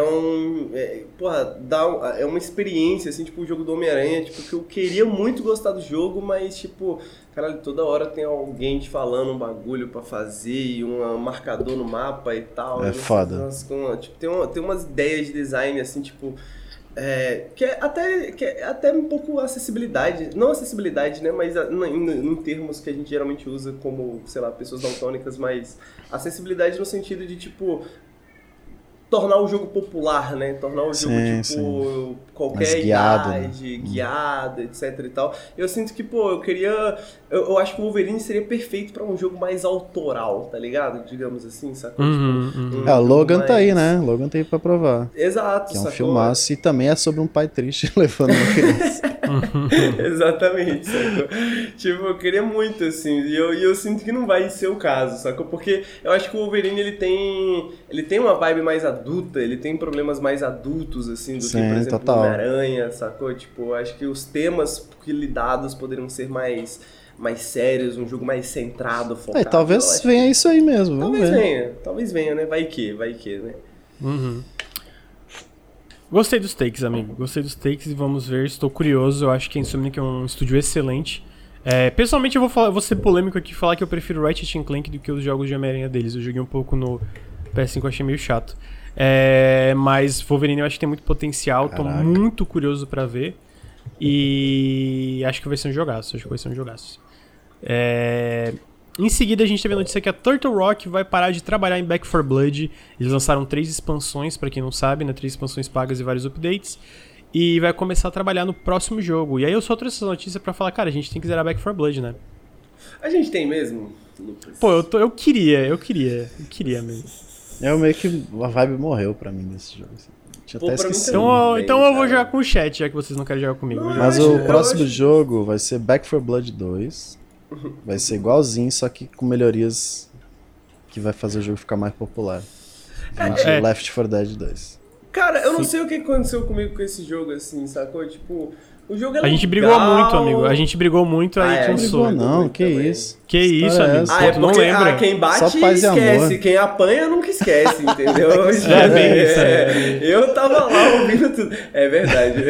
é uma experiência, assim, tipo, o jogo do Homem-Aranha, tipo, que eu queria muito gostar do jogo, mas, tipo, caralho, toda hora tem alguém te falando um bagulho pra fazer, e um marcador no mapa e tal. É foda. Tipo, tem umas ideias de design, assim, tipo... que é até um pouco acessibilidade, não acessibilidade, né, mas em termos que a gente geralmente usa como, sei lá, pessoas daltônicas, mas acessibilidade no sentido de, tipo, tornar o jogo popular, né, tornar o jogo, tipo, qualquer idade, guiado, etc e tal. Eu sinto que, eu acho que o Wolverine seria perfeito pra um jogo mais autoral, tá ligado? Digamos assim, sacou? O Logan tá aí, né? Logan tá aí pra provar. Exato, que é um filmaço e também é sobre um pai triste levando uma criança. Exatamente, sacou? Tipo, eu queria muito, assim, e eu sinto que não vai ser o caso, sacou? Porque eu acho que o Wolverine, ele tem uma vibe mais adulta, ele tem problemas mais adultos, assim, do que, por exemplo, o Homem-Aranha, sacou? Tipo, eu acho que os temas lidados poderiam ser mais sérios, um jogo mais centrado, focado. Talvez venha isso aí mesmo, Talvez venha, né? Vai que, né? Gostei dos takes, amigo. Gostei dos takes e vamos ver. Estou curioso. Eu acho que a Insomniac é um estúdio excelente. Pessoalmente, eu vou ser polêmico aqui e falar que eu prefiro Ratchet & Clank do que os jogos de Homem-Aranha deles. Eu joguei um pouco no PS5, eu achei meio chato. Mas Wolverine eu acho que tem muito potencial. Caraca. Tô muito curioso pra ver. E acho que vai ser um jogaço. Em seguida, a gente teve a notícia que a Turtle Rock vai parar de trabalhar em Back 4 Blood. Eles lançaram 3 expansões, pra quem não sabe, né? 3 expansões pagas e vários updates. E vai começar a trabalhar no próximo jogo. E aí eu só trouxe essa notícia pra falar, cara, a gente tem que zerar Back 4 Blood, né? A gente tem mesmo, Lucas? Eu queria mesmo. Meio que a vibe morreu pra mim nesse jogo. Assim. Tinha até esquecido. Então eu vou jogar com o chat, já que vocês não querem jogar comigo. Mas o próximo jogo vai ser Back 4 Blood 2. Vai ser igualzinho, só que com melhorias que vai fazer o jogo ficar mais popular. Left 4 Dead 2. Cara, eu não sei o que aconteceu comigo com esse jogo, assim, sacou? Tipo, o jogo é legal. A gente brigou muito, amigo. A gente brigou muito, aí cansou. Não, que isso. Que isso, amigo. Pô, tu não lembra. Quem bate esquece, quem apanha nunca esquece, entendeu? Bem isso. Eu tava lá ouvindo tudo. É verdade.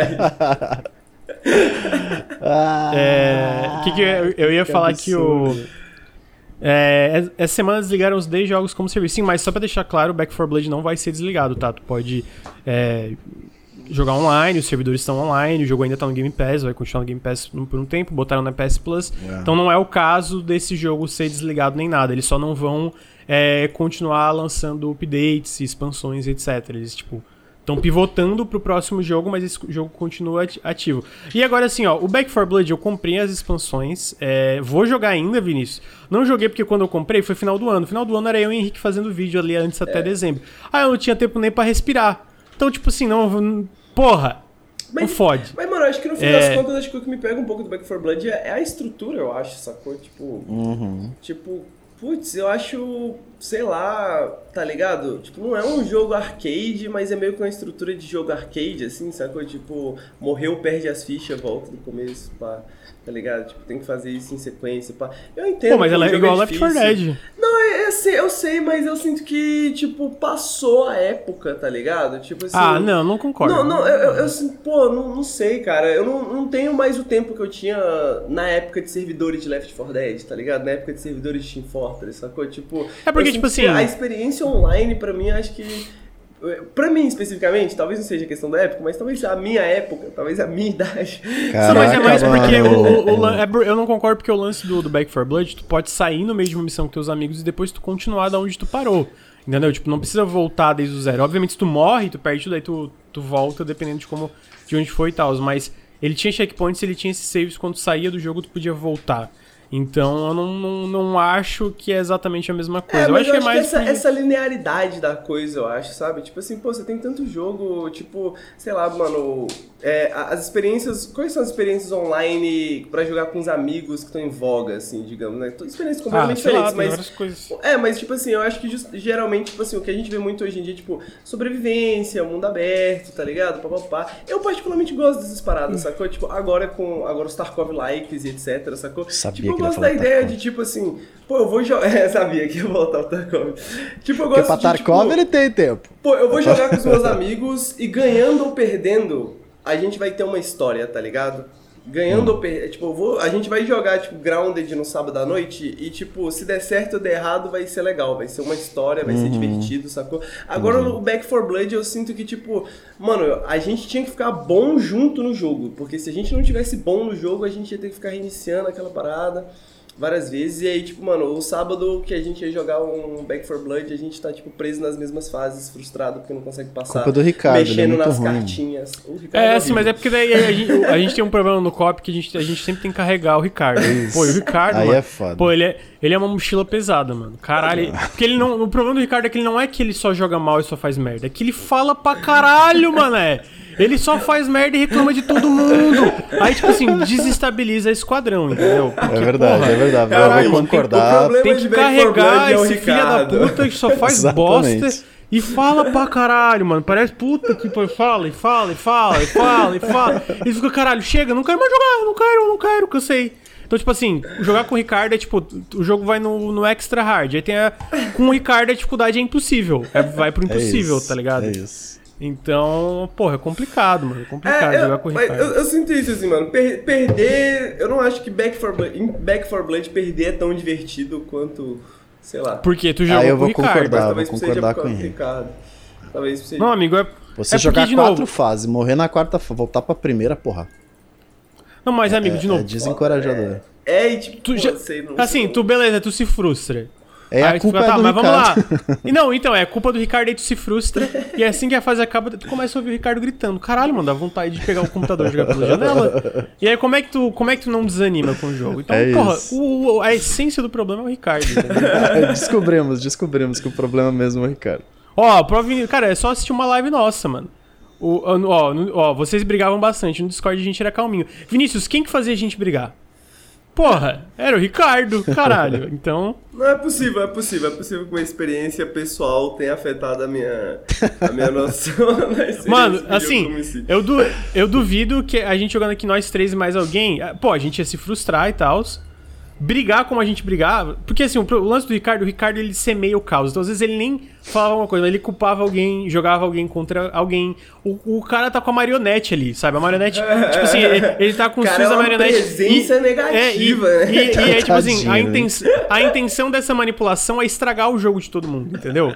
Eu ia falar absurdo. Que essa semana desligaram os 10 jogos como serviço. Sim, mas só pra deixar claro, o Back 4 Blood não vai ser desligado, tá? Tu pode jogar online, os servidores estão online, o jogo ainda tá no Game Pass, vai continuar no Game Pass por um tempo, botaram na PS Plus. Então não é o caso desse jogo ser desligado nem nada. Eles só não vão continuar lançando updates, expansões, etc. Eles, tipo, Estão pivotando pro próximo jogo, mas esse jogo continua ativo. E agora, assim, ó, o Back 4 Blood, eu comprei as expansões. Vou jogar ainda, Vinícius. Não joguei porque quando eu comprei foi final do ano. Final do ano era eu e o Henrique fazendo vídeo ali antes até dezembro. Aí eu não tinha tempo nem pra respirar. Então, tipo assim, não... Porra! Não fode. Mas, mano, eu acho que no fim das contas, acho que o que me pega um pouco do Back 4 Blood é a estrutura, eu acho, sacou? Tipo, putz, eu acho, sei lá, tá ligado? Tipo, não é um jogo arcade, mas é meio que uma estrutura de jogo arcade, assim, sacou? Tipo, morreu, perde as fichas, volta do começo, pá, tá ligado? Tipo, tem que fazer isso em sequência, pá. Eu entendo. Pô, mas ela é igual Left 4 Dead. Não, eu sei, mas eu sinto que, tipo, passou a época, tá ligado? Tipo assim... não concordo. Eu sinto, pô, não sei, cara. Eu não tenho mais o tempo que eu tinha na época de servidores de Left 4 Dead, tá ligado? Na época de servidores de Team Fortress, sacou? Tipo... É porque, tipo assim... A experiência online, pra mim, acho que... Pra mim, especificamente, talvez não seja questão da época, mas talvez a minha época, talvez a minha idade. Caraca, mas é mais porque eu não concordo porque o lance do Back 4 Blood, tu pode sair no meio de uma missão com teus amigos e depois tu continuar da onde tu parou. Entendeu? Tipo, não precisa voltar desde o zero. Obviamente, se tu morre, tu perde tudo, aí tu volta dependendo de onde foi e tal. Mas ele tinha checkpoints, ele tinha esses saves, quando tu saía do jogo tu podia voltar. Então eu não acho que é exatamente a mesma coisa. Eu acho que é mais que essa linearidade da coisa, eu acho, sabe? Tipo assim, pô, você tem tanto jogo, tipo, sei lá, mano, as experiências... Quais são as experiências online pra jogar com os amigos que estão em voga, assim, digamos, né? Experiências completamente diferentes, mas... mas tipo assim, eu acho que geralmente, tipo assim, o que a gente vê muito hoje em dia, tipo, sobrevivência, mundo aberto, tá ligado? Papapá. Eu particularmente gosto dessas paradas, sacou? Tipo, agora os Tarkov-likes e etc, sacou? Sabia tipo, que eu gosto da ideia de, tipo assim, pô, eu vou jogar... sabia que ia voltar o Tarkov. Tipo, eu gosto porque pra Tarkov ele tem tempo. Pô, eu vou jogar com os meus amigos e ganhando ou perdendo, a gente vai ter uma história, tá ligado? Ganhando ou perdendo, tipo, a gente vai jogar, tipo, Grounded no sábado à noite e, tipo, se der certo ou der errado, vai ser legal, vai ser uma história, vai ser divertido, sacou? Agora, no Back 4 Blood, eu sinto que, tipo, mano, a gente tinha que ficar bom junto no jogo, porque se a gente não tivesse bom no jogo, a gente ia ter que ficar reiniciando aquela parada várias vezes, e aí, tipo, mano, o sábado que a gente ia jogar um Back 4 Blood, a gente tá, tipo, preso nas mesmas fases, frustrado, porque não consegue passar. Culpa do Ricardo, mexendo nas ruim. cartinhas. O Ricardo sim, mas é porque daí a gente tem um problema no co-op que a gente sempre tem que carregar o Ricardo. Pô, e o Ricardo, aí mano, é foda. Pô, ele é uma mochila pesada, mano. Caralho. Porque ele não... O problema do Ricardo é que ele não é que ele só joga mal e só faz merda, é que ele fala pra caralho, mané. Ele só faz merda e reclama de todo mundo. Aí, tipo assim, desestabiliza esquadrão, entendeu? Porque, é verdade. Caralho, eu vou concordar. Tem que carregar esse filho da puta que só faz bosta e fala pra caralho, mano. Parece puta que fala. E fica, caralho, chega, não quero mais jogar, não quero, cansei. Então, tipo assim, jogar com o Ricardo é tipo, o jogo vai no extra hard. Aí com o Ricardo a dificuldade é impossível. Vai pro impossível, tá ligado? É isso. Então, porra, é complicado, mano. É complicado jogar com o Ricardo. Eu sinto isso, assim, mano. Perder... Eu não acho que Back 4 Blood perder é tão divertido quanto... Sei lá. Porque tu jogou com o Ricardo. Talvez vou seja concordar por com causa do ele. Ricardo. Talvez seja... Não, amigo, Você jogar 4 fases, morrer na quarta, voltar pra primeira, porra. Não, mas amigo, de novo... É desencorajador. E tipo... Beleza, tu se frustra. A culpa é do mas vamos Ricardo. lá. E não, então, é culpa do Ricardo, aí tu se frustra, e assim que a fase acaba, tu começa a ouvir o Ricardo gritando. Caralho, mano, dá vontade de pegar o computador e jogar pela janela. E aí, como é que tu não desanima com o jogo? Então, porra, a essência do problema é o Ricardo. Descobrimos que o problema mesmo é o Ricardo. Cara, é só assistir uma live nossa, mano. Vocês brigavam bastante, no Discord a gente era calminho. Vinícius, quem que fazia a gente brigar? Porra, era o Ricardo, caralho. Então... Não é possível. É possível que uma experiência pessoal tenha afetado a minha noção. Mano, assim, eu duvido que a gente jogando aqui nós três e mais alguém, pô, a gente ia se frustrar e tal. Brigar como a gente brigava. Porque assim, o lance do Ricardo, o Ricardo ele semeia o caos. Então às vezes ele nem falava uma coisa, ele culpava alguém, jogava alguém contra alguém. O cara tá com a marionete ali, sabe? A marionete, tipo assim, ele tá com os fios da marionete. Presença negativa, né? E é tipo assim, a intenção dessa manipulação é estragar o jogo de todo mundo, entendeu?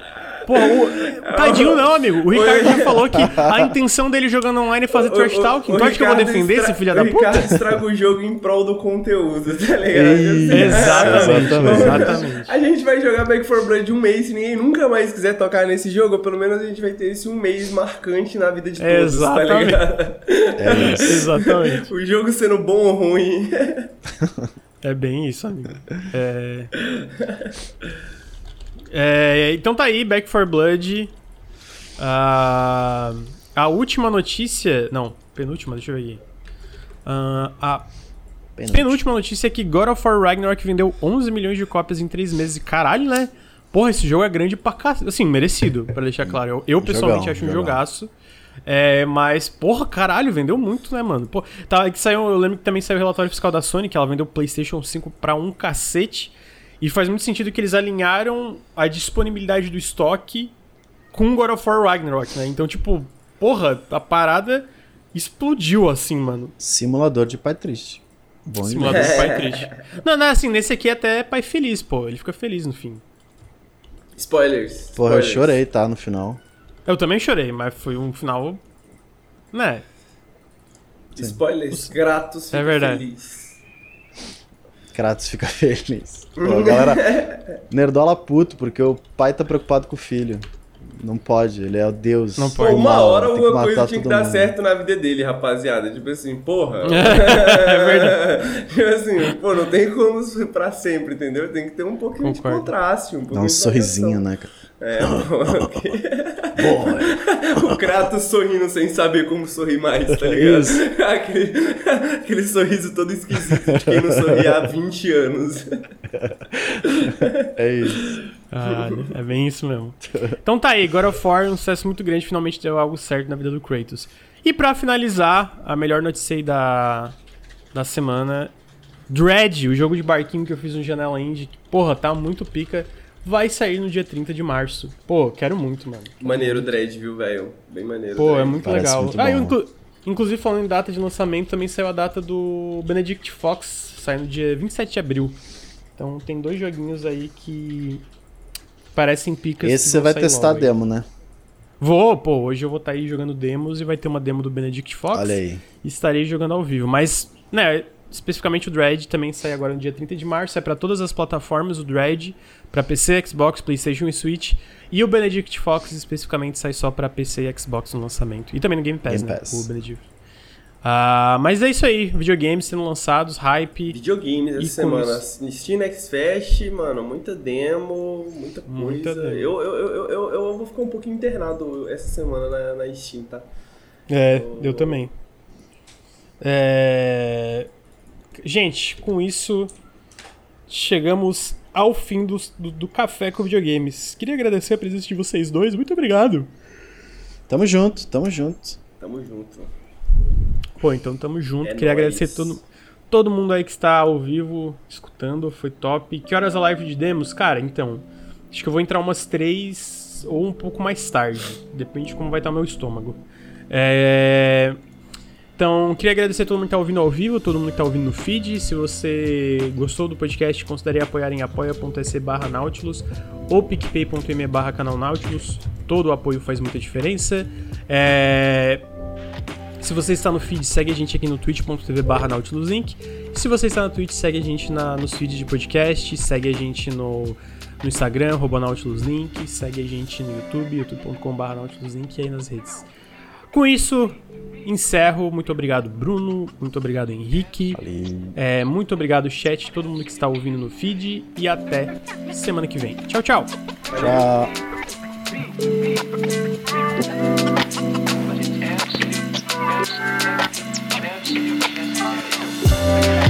Tadinho não, amigo. O Ricardo já falou que a intenção dele jogando online é fazer trash talking. Tu acha que eu vou defender esse filho da puta? O Ricardo estraga o jogo em prol do conteúdo, tá ligado? Exatamente. A gente vai jogar Back 4 Blood um mês, se ninguém nunca mais quiser tocar nesse jogo, pelo menos a gente vai ter esse um mês marcante na vida de todos, tá ligado? Exatamente. O jogo sendo bom ou ruim. É bem isso, amigo. Então tá aí, Back 4 Blood. A última notícia... Não, penúltima, deixa eu ver aqui. A penúltima notícia é que God of War Ragnarok vendeu 11 milhões de cópias em 3 meses. Caralho, né? Porra, esse jogo é grande pra cacete. Assim, merecido, pra deixar claro. Eu pessoalmente acho um jogaço. Mas, porra, caralho, vendeu muito, né, mano? Pô, eu lembro que também saiu o relatório fiscal da Sony, que ela vendeu o PlayStation 5 pra um cacete. E faz muito sentido que eles alinharam a disponibilidade do estoque com God of War Ragnarok, né? Então, tipo, porra, a parada explodiu assim, mano. Simulador de pai triste. Bom Simulador de pai triste. Não, assim, nesse aqui até é pai feliz, pô. Ele fica feliz no fim. Spoilers. Porra, eu chorei, tá, no final. Eu também chorei, mas foi um final... Né? Spoilers. Kratos fica feliz. Kratos fica feliz. Pô, a galera nerdola puto, porque o pai tá preocupado com o filho. Não pode, ele é o Deus. Não pode. Uma hora alguma coisa tinha que dar certo na vida dele, rapaziada. Tipo assim, porra. É verdade. Tipo assim, pô, não tem como pra sempre, entendeu? Tem que ter um pouquinho de contraste. Dá um sorrisinho, né, cara? O Kratos sorrindo sem saber como sorrir mais, tá ligado? Aquele sorriso todo esquisito de quem não sorria há 20 anos. É isso. É bem isso mesmo. Então tá aí, God of War, um sucesso muito grande, finalmente deu algo certo na vida do Kratos. E pra finalizar, a melhor notícia aí da semana, Dread, o jogo de barquinho que eu fiz no Janela Indie, que, porra, tá muito pica, vai sair no dia 30 de março. Pô, quero muito, mano. Maneiro o Dread, viu, velho? Bem maneiro. Pô, Dread. é muito legal. Muito Inclusive, falando em data de lançamento, também saiu a data do Benedict Fox, sai no dia 27 de abril. Então tem 2 joguinhos aí que parecem picas. Esse você vai testar a demo, né? Hoje eu vou estar aí jogando demos e vai ter uma demo do Benedict Fox. Olha aí. E estarei jogando ao vivo. Mas, né, especificamente o Dread também sai agora no dia 30 de março. Sai pra todas as plataformas, o Dread, pra PC, Xbox, PlayStation e Switch. E o Benedict Fox especificamente sai só pra PC e Xbox no lançamento. E também no Game Pass, né? O Benedict. Mas é isso aí, videogames sendo lançados, hype. Videogames essa semana. Steam Next Fest, mano, muita demo, muita coisa. Eu vou ficar um pouquinho internado essa semana na Steam, tá? Eu também. Gente, com isso chegamos ao fim do Café com Videogames. Queria agradecer a presença de vocês dois, muito obrigado. Tamo junto. Tamo junto. Pô, então tamo junto. Queria agradecer todo mundo aí que está ao vivo escutando, foi top. Que horas a live de demos? Cara, então, acho que eu vou entrar umas 3 ou um pouco mais tarde. Depende de como vai estar o meu estômago. Então, queria agradecer a todo mundo que tá ouvindo ao vivo, todo mundo que tá ouvindo no feed. Se você gostou do podcast, considere apoiar em apoia.se/Nautilus ou picpay.me/canal Nautilus. Todo o apoio faz muita diferença. Se você está no feed, segue a gente aqui no twitch.tv/NautilusLink. Se você está na Twitch, segue a gente nos feeds de podcast, segue a gente no Instagram, @NautilusLink, segue a gente no YouTube, youtube.com/NautilusLink e aí nas redes. Com isso, encerro. Muito obrigado, Bruno. Muito obrigado, Henrique. Muito obrigado, chat, todo mundo que está ouvindo no feed. E até semana que vem. Tchau, tchau. Tchau. Absolutely.